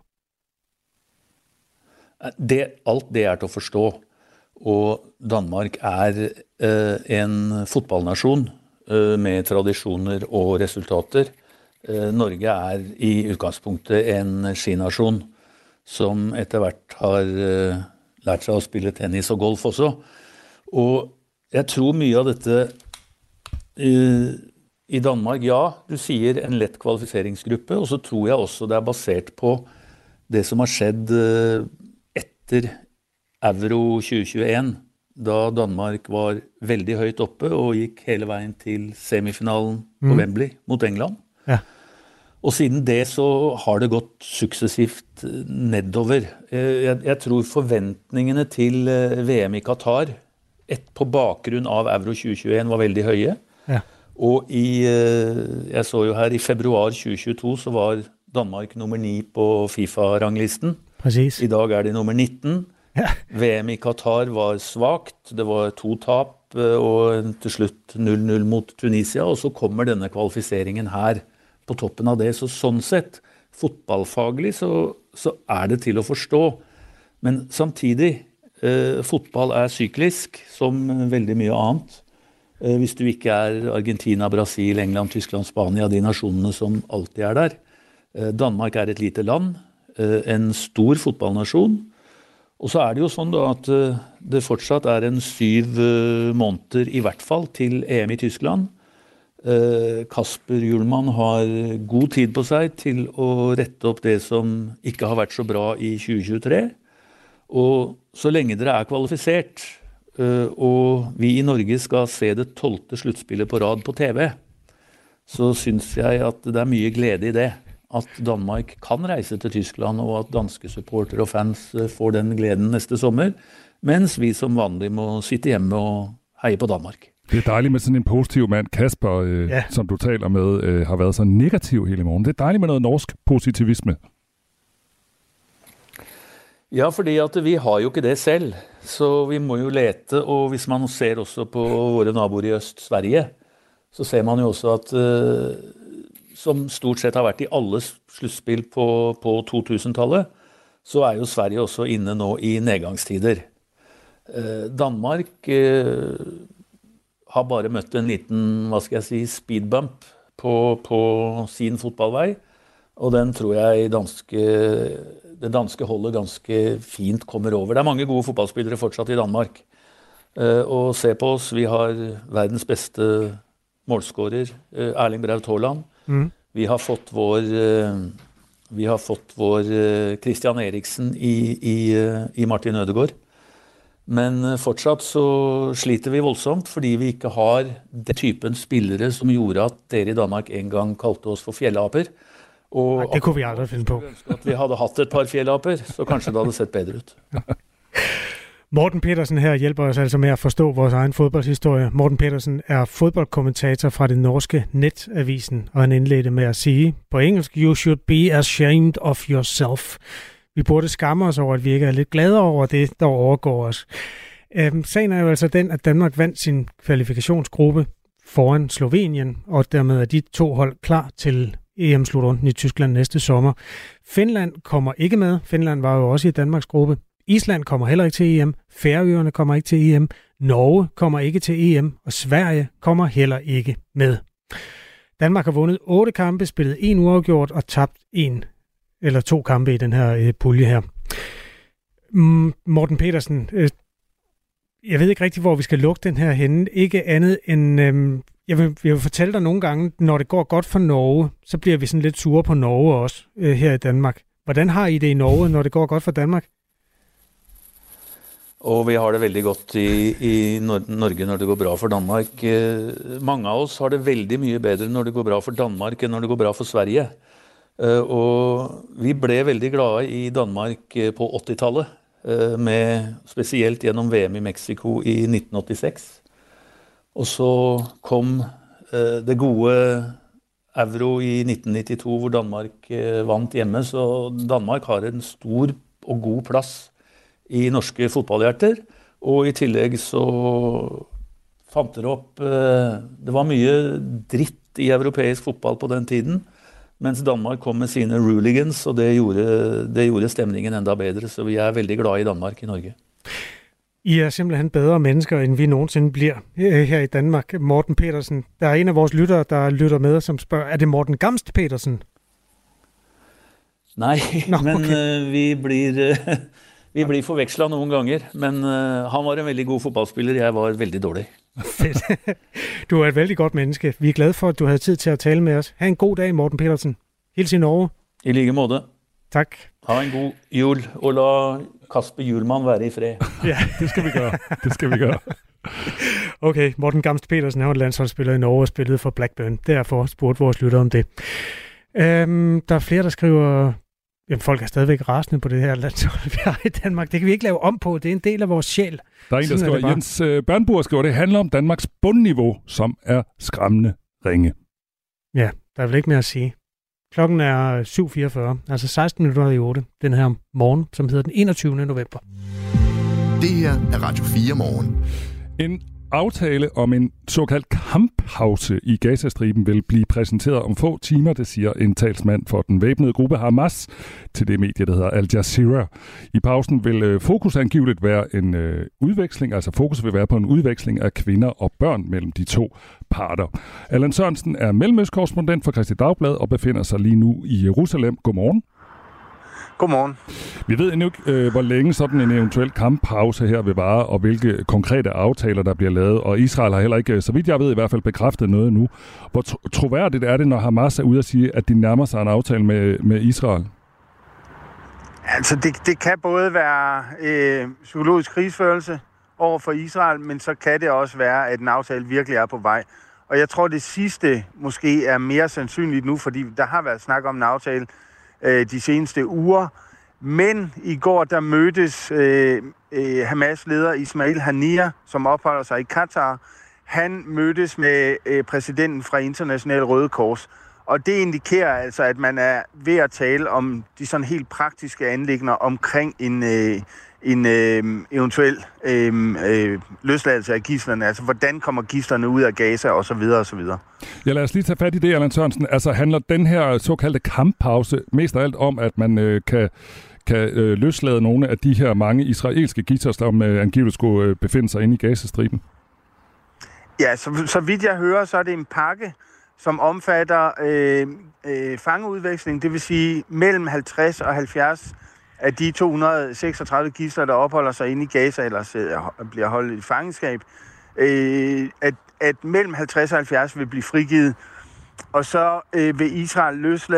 Alt det er til at forstå. Og Danmark er en fotballnation med traditioner og resultater. Norge er i utgangspunktet en skinasjon som etter hvert har lært seg å spille tennis og golf også. Og jeg tror mye av dette i Danmark, ja, du sier en lett kvalifiseringsgruppe, og så tror jeg også det er basert på det som har skjedd etter Euro 2021, da Danmark var veldig høyt oppe og gikk hele veien til semifinalen på Wembley mot England.
Ja.
Og siden det så har det gått suksessivt nedover. Jeg tror forventningene til VM i Qatar på bakgrunn av Euro 2021 var veldig høye.
Ja.
Og jeg så jo her i februar 2022 så var Danmark nummer 9 på FIFA-ranglisten.
Præcis.
I dag er de nummer 19.
Ja.
VM i Qatar var svagt, det var 2 tap og til slutt 0-0 mot Tunisia, og så kommer denne kvalifiseringen her på toppen av det. Så sånn sett, fotballfaglig så er det til å forstå. Men samtidig, fotball er syklisk som veldig mye annet. Hvis du ikke er Argentina, Brasil, England, Tyskland, Spania, de nasjonene som alltid er der. Danmark er et lite land, en stor fotballnasjon. Og så er det jo sånn da at det fortsatt er en 7 måneder i hvert fall til EM i Tyskland. Kasper Hjulmand har god tid på seg til å rette opp det som ikke har vært så bra i 2023. Og så lenge dere kvalifisert, og vi i Norge skal se det 12. sluttspillet på rad på TV, så synes jeg at det mye glede i det. At Danmark kan reise til Tyskland, og at danske supportere og fans får den gleden neste sommer, mens vi som vanlig må sitte hjemme og heie på Danmark.
Det er dejligt med sådan en positiv mand. Kasper, som du taler med, har været så negativ hele morgen. Det er dejligt med noget norsk positivisme.
Ja, fordi at vi har jo ikke det selv, så vi må jo lete, og hvis man ser også på våre naboer i Øst, Sverige, så ser man jo også at, som stort sett har vært i alle sluttspill på 2000-tallet, så jo Sverige også inne nå i nedgangstider. Danmark har bare møtt en liten, speedbump på sin fotballvei, og den tror jeg det danske holdet ganske fint kommer over. Det er mange gode fotballspillere fortsatt i Danmark. Og se på oss, vi har verdens beste målskårer, Erling Braut Haaland. Vi har fått vår Christian Eriksen i Martin Ødegaard. Men fortsatt så sliter vi voldsomt, fordi vi ikke har den typen spillere som gjorde at dere i Danmark en gang kalte oss for fjellaper. Og
det kunne vi aldrig finde på.
At vi hadde hatt et par fjellaper, så kanskje det hadde sett bedre ut.
Morten Petersen her hjælper os altså med at forstå vores egen fodboldhistorie. Morten Petersen er fodboldkommentator fra det norske Netavisen, og han indledte med at sige på engelsk, "You should be ashamed of yourself." Vi burde skamme os over, at vi ikke er lidt glade over det, der overgår os. Sagen er jo altså den, at Danmark vandt sin kvalifikationsgruppe foran Slovenien, og dermed er de to hold klar til EM-slutrunden i Tyskland næste sommer. Finland kommer ikke med. Finland var jo også i Danmarks gruppe. Island kommer heller ikke til EM. Færøerne kommer ikke til EM. Norge kommer ikke til EM. Og Sverige kommer heller ikke med. Danmark har vundet 8 kampe, spillet 1 uafgjort og tabt 1 eller 2 kampe i den her pulje her. Morten Petersen, jeg ved ikke rigtig, hvor vi skal lukke den her henne. Ikke andet end... Jeg vil fortælle dig nogle gange, når det går godt for Norge, så bliver vi sådan lidt sure på Norge også her i Danmark. Hvordan har I det i Norge, når det går godt for Danmark?
Og vi har det veldig godt i Norge når det går bra for Danmark. Mange av oss har det veldig mye bedre når det går bra for Danmark enn når det går bra for Sverige. Og vi ble veldig glade i Danmark på 80-tallet, spesielt gjennom VM i Mexico i 1986. Og så kom det gode euro i 1992, hvor Danmark vant hjemme. Så Danmark har en stor og god plass i norske fotballhjerter. Og i tillegg så fant det opp... Det var mye dritt i europeisk fotball på den tiden, mens Danmark kom med sine Rooligans, og det gjorde stemningen enda bedre. Så vi er veldig glade i Danmark i Norge.
I er simpelthen bedre mennesker, end vi nogensinde bliver her i Danmark. Morten Petersen, der er en af vores lyttere, der lytter med, som spørger, er det Morten Gamst Petersen?
Nej, men vi blir forvekslet nogle ganger. Men han var en veldig god fodboldspiller, jeg var veldig dårlig.
Fedt. Du er et vældig godt menneske. Vi er glade for, at du havde tid til at tale med os. Ha' en god dag, Morten Petersen. Hils i Norge.
I lige måde.
Tak.
Ha en god jul, og la Kasper Hjulmand være i fred.
Ja,
det skal vi gøre. Det skal vi gøre.
Okay, Morten Gamst Petersen, han var landsholdsspiller i Norge og spillede for Blackburn. Derfor spurgte vores lytter om det. Der er flere, der skriver, jamen folk er stadigvæk rasende på det her landshold, vi har i Danmark. Det kan vi ikke lave om på. Det er en del af vores sjæl.
Der er en, der skriver, Jens Bernburg skriver, det handler om Danmarks bundniveau, som er skræmmende ringe.
Ja, der er vel ikke mere at sige. Klokken er 7.44, altså 16 minutter i 8, den her morgen, som hedder den 21. november.
Det her er Radio 4 morgen.
En aftale om en såkaldt kamppause i Gazastriben vil blive præsenteret om få timer, det siger en talsmand for den væbnede gruppe Hamas til det medie, der hedder Al Jazeera. I pausen vil fokus angiveligt være en udveksling, altså fokus vil være på en udveksling af kvinder og børn mellem de to parter. Allan Sørensen er mellemøstkorrespondent for Kristeligt Dagblad og befinder sig lige nu i Jerusalem. Godmorgen.
Godmorgen.
Vi ved endnu ikke, hvor længe sådan en eventuel kamppause her vil vare, og hvilke konkrete aftaler, der bliver lavet. Og Israel har heller ikke, så vidt jeg ved, i hvert fald bekræftet noget nu. Hvor troværdigt er det, når Hamas er ude at sige, at de nærmer sig en aftale med Israel?
Altså, det kan både være psykologisk krigsførelse over for Israel, men så kan det også være, at en aftale virkelig er på vej. Og jeg tror, det sidste måske er mere sandsynligt nu, fordi der har været snak om en aftale de seneste uger. Men i går, der mødtes Hamas leder Ismail Haniyeh, som opholder sig i Katar. Han mødtes med præsidenten fra International Røde Kors. Og det indikerer altså, at man er ved at tale om de sådan helt praktiske anliggender omkring en eventuel løsladelse af gidslerne. Altså, hvordan kommer gidslerne ud af Gaza, og så videre, og så videre.
Ja, lad os lige tage fat i det, Allan Sørensen. Altså, handler den her såkaldte kamppause mest af alt om, at man kan løslade nogle af de her mange israelske gidsler, som angiveligt skulle befinde sig inde i Gazastriben?
Ja, så vidt jeg hører, så er det en pakke, som omfatter fangeudveksling, det vil sige mellem 50 og 70 af de 236 gidsler, der opholder sig inde i Gaza, eller bliver holdt i fangenskab, at mellem 50 og 70 vil blive frigivet. Og så vil Israel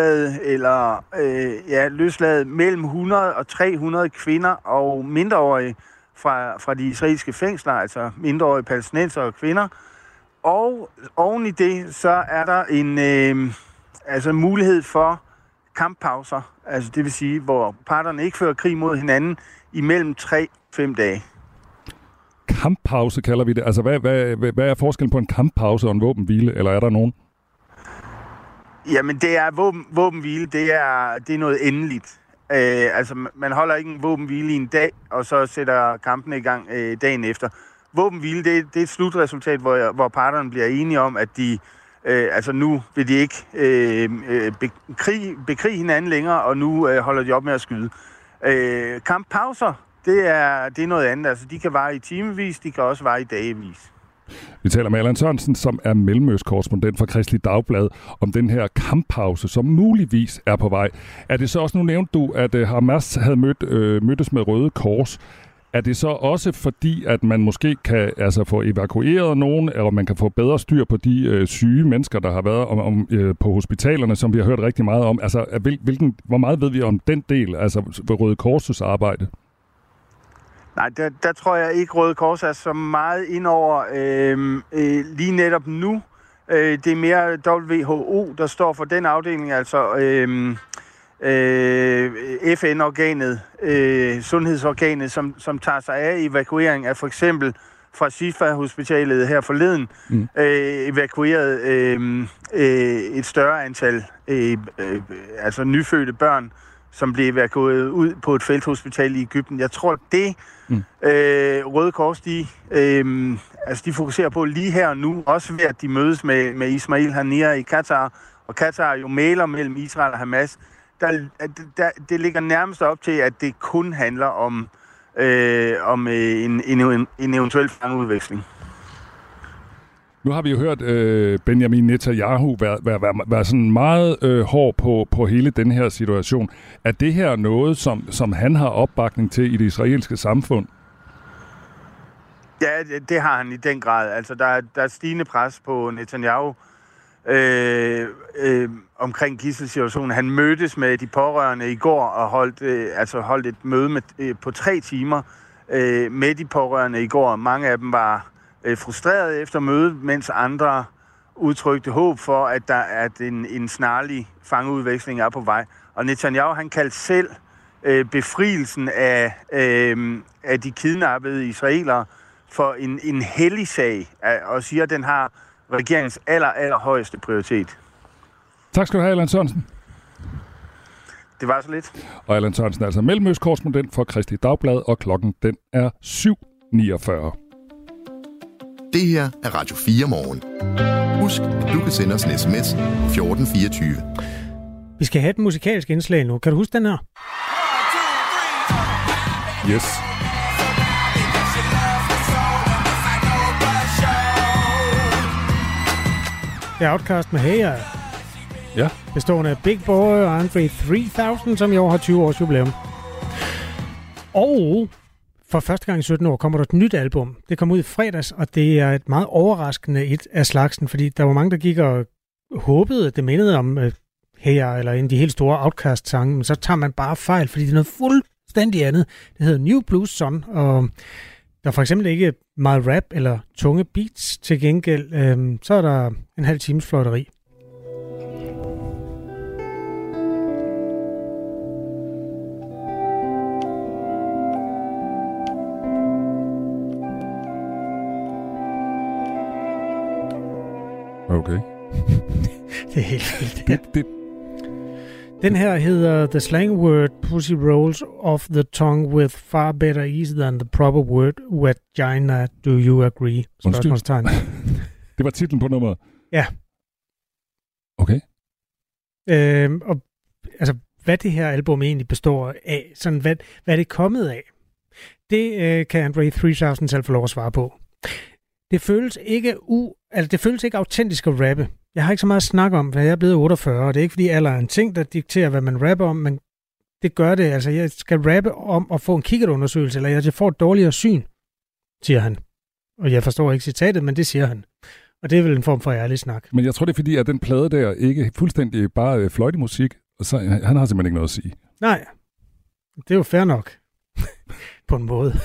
løslade mellem 100 og 300 kvinder og mindreårige fra de israelske fængsler, altså mindreårige palæstinensere og kvinder. Og oven i det, så er der en mulighed for kamppauser, altså det vil sige, hvor parterne ikke fører krig mod hinanden imellem 3-5 dage.
Kamppause kalder vi det. Altså hvad er forskellen på en kamppause og en våbenhvile, eller er der nogen?
Jamen det er våbenhvile, det er noget endeligt. Altså man holder ikke en våbenhvile i en dag, og så sætter kampene i gang dagen efter. Våbenhvile, det er et slutresultat, hvor parterne bliver enige om, at de nu vil de ikke bekrige hinanden længere, og nu holder de op med at skyde. Kamppauser, det er noget andet. Altså, de kan vare i timevis, de kan også vare i dagevis.
Vi taler med Allan Sørensen, som er mellemøstkorrespondent for Kristeligt Dagblad, om den her kamppause, som muligvis er på vej. Er det så også, nu nævnte du, at Hamas havde mødtes med Røde Kors. Er det så også fordi, at man måske kan få evakueret nogen, eller man kan få bedre styr på de syge mennesker, der har været på hospitalerne, som vi har hørt rigtig meget om? Altså, hvor meget ved vi om den del, altså Røde Kors' arbejde?
Nej, der tror jeg ikke, Røde Kors er så meget indover lige netop nu. Det er mere WHO, der står for den afdeling, altså FN-organet, sundhedsorganet, som tager sig af evakuering af for eksempel fra Shifa-hospitalet her forleden, evakueret et større antal nyfødte børn, som blev evakueret ud på et felthospital i Egypten. Jeg tror, det Røde Kors, de fokuserer på lige her og nu, også ved at de mødes med Ismail Haniyeh i Katar, og Katar er jo mægler mellem Israel og Hamas. Det ligger nærmest op til, at det kun handler om en eventuel fangeudveksling.
Nu har vi jo hørt Benjamin Netanyahu være sådan meget hård på hele den her situation. Er det her noget, som han har opbakning til i det israelske samfund?
Ja, det har han i den grad. Altså, der er stigende pres på Netanyahu omkring gidselsituationen. Han mødtes med de pårørende i går og holdt et møde på 3 timer med de pårørende i går. Mange af dem var frustrerede efter mødet, mens andre udtrykte håb for, at en snarlig fangeudveksling er på vej. Og Netanyahu, han kaldte selv befrielsen af de kidnappede israelere for en hellig sag, og siger, at den har regeringens allerhøjeste prioritet.
Tak skal du have, Allan Sørensen.
Det var så lidt.
Og Allan Sørensen er altså mellemøstkorrespondent for Kristeligt Dagblad, og klokken den er 7:49.
Det her er Radio 4 morgen. Husk, at du kan sende os en sms 1424.
Vi skal have et musikalsk indslag nu. Kan du huske den her?
Yes.
Det er Outkast med Hey.
Ja.
Bestående af Big Boy og Andre 3000, som i år har 20 års jubilæum. Og for første gang i 17 år kommer der et nyt album. Det kom ud i fredags, og det er et meget overraskende et af slagsen, fordi der var mange, der gik og håbede, at det mindede om her, eller en af de helt store Outkast-sange, men så tager man bare fejl, fordi det er noget fuldstændig andet. Det hedder New Blues Sun, og der er for eksempel ikke meget rap eller tunge beats. Til gengæld, så er der en halv times fløjteri.
Okay.
Det er helt vildt. Den her hedder The Slang Word Pussy Rolls Off the Tongue with Far Better Ease Than the Proper Word Vagina. Do you agree? Spørgsmålstegn.
Det var titlen på nummeret?
Ja.
Okay.
Og altså, hvad det her album egentlig består af, sådan hvad er det kommet af, det kan Andre 3000 selv få lov at svare på. Det føles ikke autentisk at rappe. Jeg har ikke så meget at snakke om, for jeg er blevet 48, og det er ikke fordi alder er en ting, der dikterer, hvad man rapper om, men det gør det. Altså, jeg skal rappe om at få en kikkertundersøgelse, eller jeg får et dårligere syn, siger han. Og jeg forstår ikke citatet, men det siger han. Og det er vel en form for ærlig snak.
Men jeg tror, det er fordi, at den plade der ikke fuldstændig bare fløjtemusik, og så han har simpelthen ikke noget at sige.
Nej, det er jo fair nok. På en måde.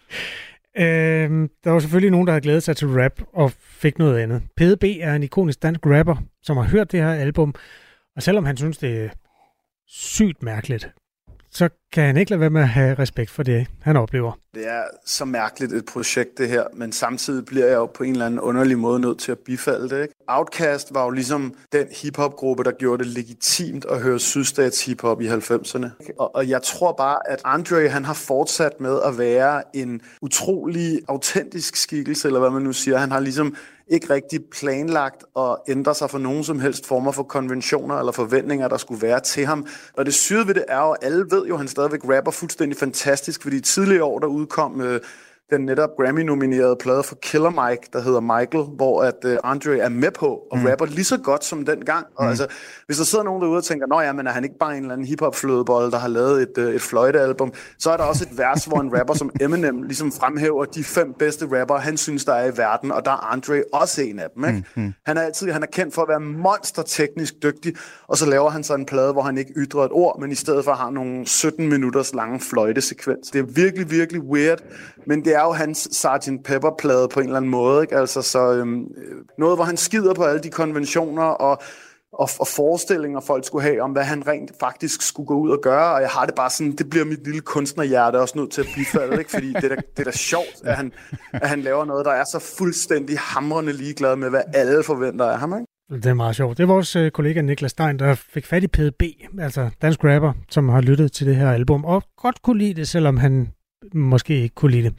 Der var selvfølgelig nogen, der havde glædet sig til rap og fik noget andet. PDB er en ikonisk dansk rapper, som har hørt det her album, og selvom han synes, det er sygt mærkeligt, så kan han ikke lade være med at have respekt for det, han oplever.
Det er så mærkeligt et projekt, det her, men samtidig bliver jeg jo på en eller anden underlig måde nødt til at bifalde det. Ikke? Outkast var jo ligesom den hiphop-gruppe, der gjorde det legitimt at høre sydstats hiphop i 90'erne. Og jeg tror bare, at Andre, han har fortsat med at være en utrolig autentisk skikkelse, eller hvad man nu siger. Han har ligesom ikke rigtig planlagt at ændre sig for nogen som helst former for konventioner eller forventninger, der skulle være til ham. Og det syge ved det er jo, at alle ved jo, at han stadigvæk rapper fuldstændig fantastisk, fordi tidligere år, der udkom den netop Grammy-nominerede plade for Killer Mike, der hedder Michael, hvor at Andre er med på og rapper lige så godt som dengang. Og altså, hvis der sidder nogen derude og tænker, nå ja, men er han ikke bare en eller anden hiphop-flødebolle, der har lavet et fløjtealbum, så er der også et vers, hvor en rapper som Eminem ligesom fremhæver de 5 bedste rapper, han synes, der er i verden, og der er Andre også en af dem. Ikke? Han er kendt for at være monsterteknisk dygtig, og så laver han så en plade, hvor han ikke ytrer et ord, men i stedet for har nogle 17 minutters lange fløjtesekvens. Det er virkelig, virkelig weird, men det er jo hans Sgt. Pepper-plade på en eller anden måde, ikke? Altså noget, hvor han skider på alle de konventioner og forestillinger, folk skulle have om, hvad han rent faktisk skulle gå ud og gøre, og jeg har det bare sådan, det bliver mit lille kunstnerhjerte også nødt til at bifalde, ikke? Fordi det er da sjovt, at han laver noget, der er så fuldstændig hamrende ligeglad med, hvad alle forventer af ham, ikke?
Det er meget sjovt. Det er vores kollega Niklas Stein, der fik fat i PDB, altså dansk rapper, som har lyttet til det her album, og godt kunne lide det, selvom han måske ikke kunne lide det.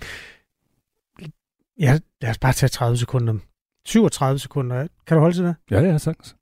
Ja, lad os bare tage 30 sekunder. 37 sekunder. Kan du holde til det?
Ja, sagtens.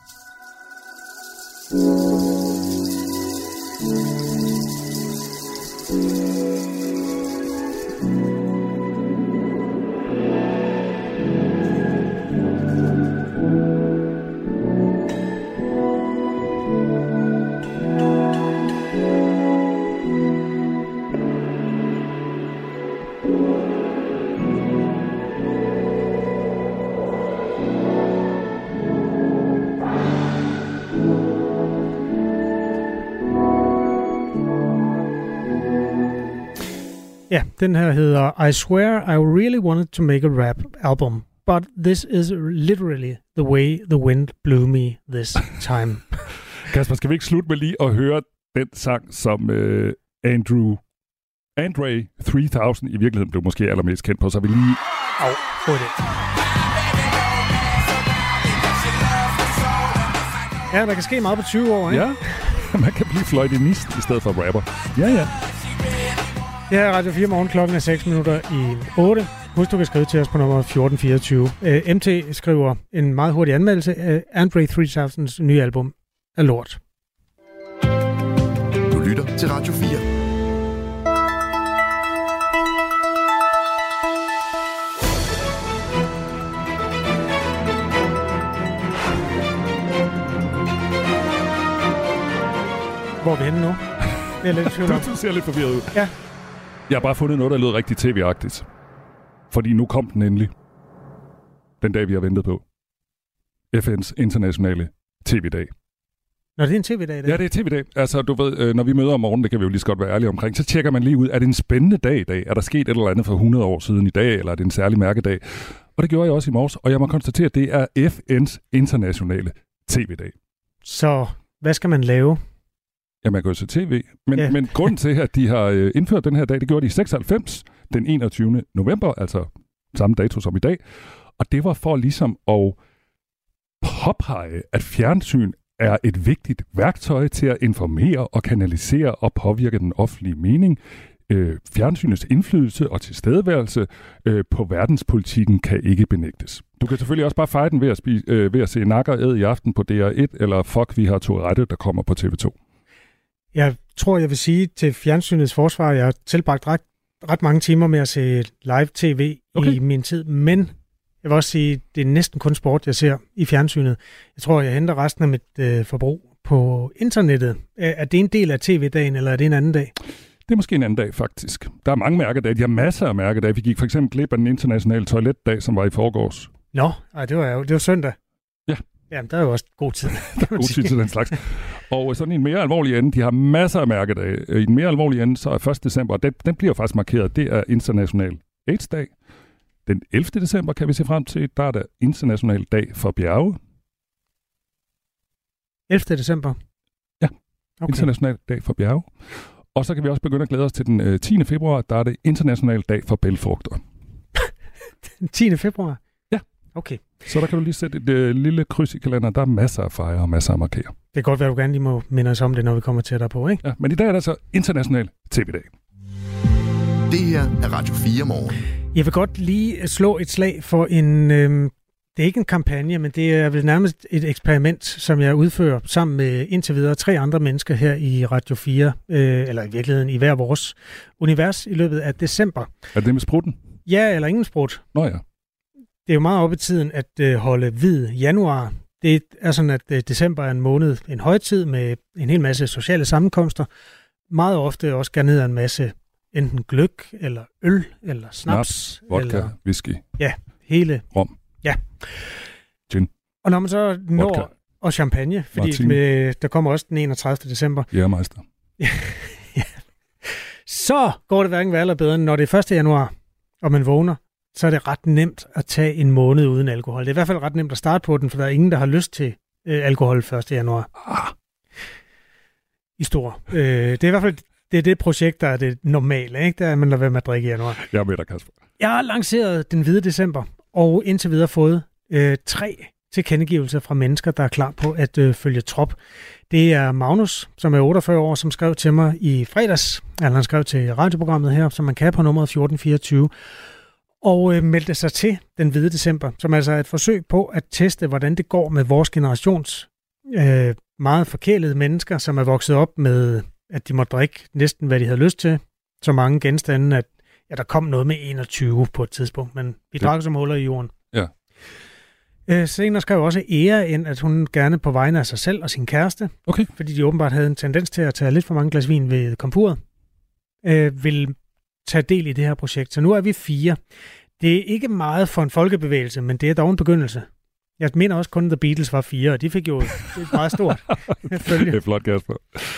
Ja, den her hedder I Swear I Really Wanted to Make a Rap Album, but this is literally the way the wind blew me this time.
Kasper, skal vi ikke slutte med lige at høre den sang, som Andre 3000 i virkeligheden blev måske allermest kendt på, så vi lige...
Få det. Ja, der kan ske meget på 20 år, ikke?
Ja, man kan blive fløjtenist i stedet for rapper. Ja.
Det her er Radio 4 morgen, klokken er 6 minutter i 8. Husk, du kan skrive til os på nummer 1424. MT skriver en meget hurtig anmeldelse af Andre 3000's nye album er lort.
Du lytter til Radio 4.
Hvor er vi henne nu? Jeg er lidt tvivl om.
Du ser lidt forvirret ud.
Ja.
Jeg har bare fundet noget, der lød rigtig tv-agtigt. Fordi nu kom den endelig. Den dag, vi har ventet på. FN's internationale tv-dag.
Nå, det er en tv-dag i dag?
Ja, det er tv-dag. Altså, du ved, når vi møder om morgenen, det kan vi jo lige så godt være ærlige omkring, så tjekker man lige ud, er det en spændende dag i dag? Er der sket et eller andet for 100 år siden i dag, eller er det en særlig mærkedag? Og det gjorde jeg også i morges, og jeg må konstatere, at det er FN's internationale tv-dag.
Så hvad skal man lave?
Ja, man kan jo se tv. Men grunden til, at de har indført den her dag, det gjorde de i 96, den 21. november, altså samme dato som i dag. Og det var for ligesom at påpege, at fjernsyn er et vigtigt værktøj til at informere og kanalisere og påvirke den offentlige mening. Fjernsynets indflydelse og tilstedeværelse på verdenspolitikken kan ikke benægtes. Du kan selvfølgelig også bare fejre den ved at se Nakker Æd i aften på DR1, eller Fuck, vi har Tourette, der kommer på TV2.
Jeg tror, jeg vil sige til fjernsynets forsvar, jeg har tilbragt ret mange timer med at se live-tv i min tid, men jeg vil også sige, det er næsten kun sport, jeg ser i fjernsynet. Jeg tror, jeg henter resten af mit forbrug på internettet. Er det en del af tv-dagen, eller er det en anden dag?
Det er måske en anden dag, faktisk. Der er mange mærkedage. De har masser af mærkedage. Vi gik for eksempel glip af den internationale toiletdag, som var i forgårs.
Nå, det var søndag.
Ja.
Jamen, der er jo også god tid.
Der er god tid til den slags. Og sådan i en mere alvorlig ende, de har masser af mærkedage. I den mere alvorlige ende, så er 1. december, den bliver faktisk markeret, det er international AIDS-dag. Den 11. december kan vi se frem til, der er der international dag for bjerge.
11. december?
Ja, okay. International dag for bjerge. Og så kan vi også begynde at glæde os til den 10. februar, der er det international dag for bælgfrugter.
Den 10. februar?
Ja.
Okay.
Så der kan du lige sætte et lille kryds i kalenderen. Der er masser af fejre og masser af markere.
Det kan godt være, du gerne lige må minde os om det, når vi kommer tættere på, ikke?
Ja, men i dag er der så international tv-dag.
Det her er Radio 4 morgen.
Jeg vil godt lige slå et slag for en... det er ikke en kampagne, men det er vel nærmest et eksperiment, som jeg udfører sammen med indtil videre 3 andre mennesker her i Radio 4, eller i virkeligheden i hver vores univers i løbet af december.
Er det med sprutten?
Ja, eller ingen sprut.
Nå ja.
Det er jo meget op i tiden at holde hvid januar. Det er sådan, at december er en måned, en højtid med en hel masse sociale sammenkomster. Meget ofte også garneret en masse enten gløgg, eller øl, eller snaps.
Vodka,
eller,
whisky.
Ja, hele.
Rom.
Ja.
Gin.
Og når man så når...
Vodka.
Og champagne, fordi der kommer også den 31. december.
Jægermeister.
Ja. Så går det hverken værre eller bedre, når det er 1. januar, og man vågner, så er det ret nemt at tage en måned uden alkohol. Det er i hvert fald ret nemt at starte på den, for der er ingen, der har lyst til alkohol 1. januar. I stor. Det er i hvert fald det projekt, der er det normale, ikke? Der er man lader være med at drikke i januar.
Jeg er med dig, Kasper.
Jeg har lanceret den hvide december, og indtil videre fået 3 tilkendegivelser fra mennesker, der er klar på at følge trop. Det er Magnus, som er 48 år, som skrev til mig i fredags. Altså han skrev til radioprogrammet her, som man kan på nummeret 1424. Og meldte sig til den hvide december, som altså er et forsøg på at teste, hvordan det går med vores generations meget forkælede mennesker, som er vokset op med, at de må drikke næsten, hvad de havde lyst til. Så mange genstande, at der kom noget med 21 på et tidspunkt, men vi drak som huller i jorden.
Ja.
Senere skrev også Ea ind, at hun gerne på vegne af sig selv og sin kæreste,
okay,
fordi de åbenbart havde en tendens til at tage lidt for mange glas vin ved komfuret, vil tage del i det her projekt. Så nu er vi 4. Det er ikke meget for en folkebevægelse, men det er dog en begyndelse. Jeg mener også kun, at The Beatles var 4, og de fik jo et meget stort følge.
Det er flot, Kasper.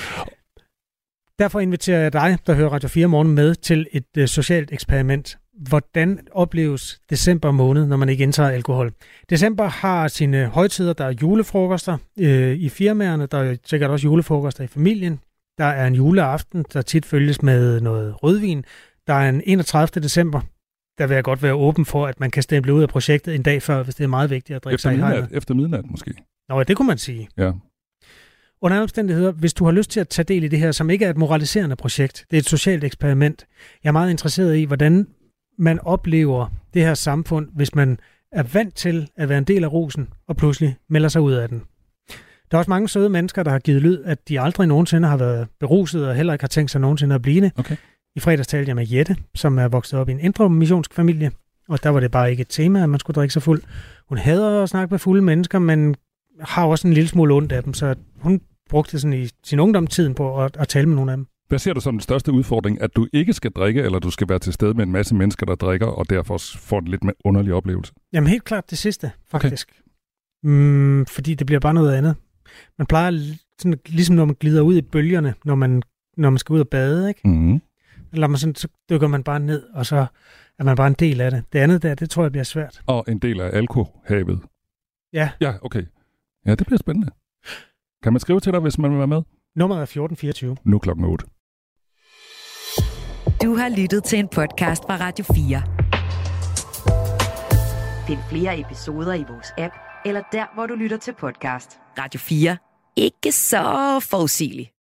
Derfor inviterer jeg dig, der hører Radio 4 morgen, med til et socialt eksperiment. Hvordan opleves december måned, når man ikke indtager alkohol? December har sine højtider. Der er julefrokoster i firmaerne. Der er sikkert også julefrokoster i familien. Der er en juleaften, der tit følges med noget rødvin. Der er en 31. december. Der vil jeg godt være åben for, at man kan stemple ud af projektet en dag før, hvis det er meget vigtigt at drikke sig i hegnet.
Efter midnat måske.
Nå, det kunne man sige.
Ja.
Under andre omstændigheder, hvis du har lyst til at tage del i det her, som ikke er et moraliserende projekt, det er et socialt eksperiment. Jeg er meget interesseret i, hvordan man oplever det her samfund, hvis man er vant til at være en del af rusen, og pludselig melder sig ud af den. Der er også mange søde mennesker, der har givet lyd, at de aldrig nogensinde har været beruset, og heller ikke har tænkt sig nogensinde at blive det.
Okay.
I fredags talte jeg med Jette, som er vokset op i en indre missionsk familie, og der var det bare ikke et tema, at man skulle drikke sig fuld. Hun hader at snakke med fulde mennesker, men har også en lille smule ondt af dem, så hun brugte sådan i sin ungdomstiden på at tale med nogle af dem.
Hvad ser du som den største udfordring? At du ikke skal drikke, eller du skal være til stede med en masse mennesker, der drikker, og derfor får en lidt mere underlig oplevelse?
Jamen helt klart det sidste, faktisk. Okay. Fordi det bliver bare noget andet. Man plejer sådan, ligesom når man glider ud i bølgerne, når man skal ud og bade, ikke?
Mm-hmm.
Så dykker man bare ned, og så er man bare en del af det. Det andet der, det tror jeg bliver svært.
Og en del af alkohavet.
Ja.
Ja, okay. Ja, det bliver spændende. Kan man skrive til dig, hvis man vil være med?
Nummeret er 1424.
Nu klokken 8.
Du har lyttet til en podcast fra Radio 4. Find flere episoder i vores app, eller der, hvor du lytter til podcast. Radio 4. Ikke så forudsigeligt.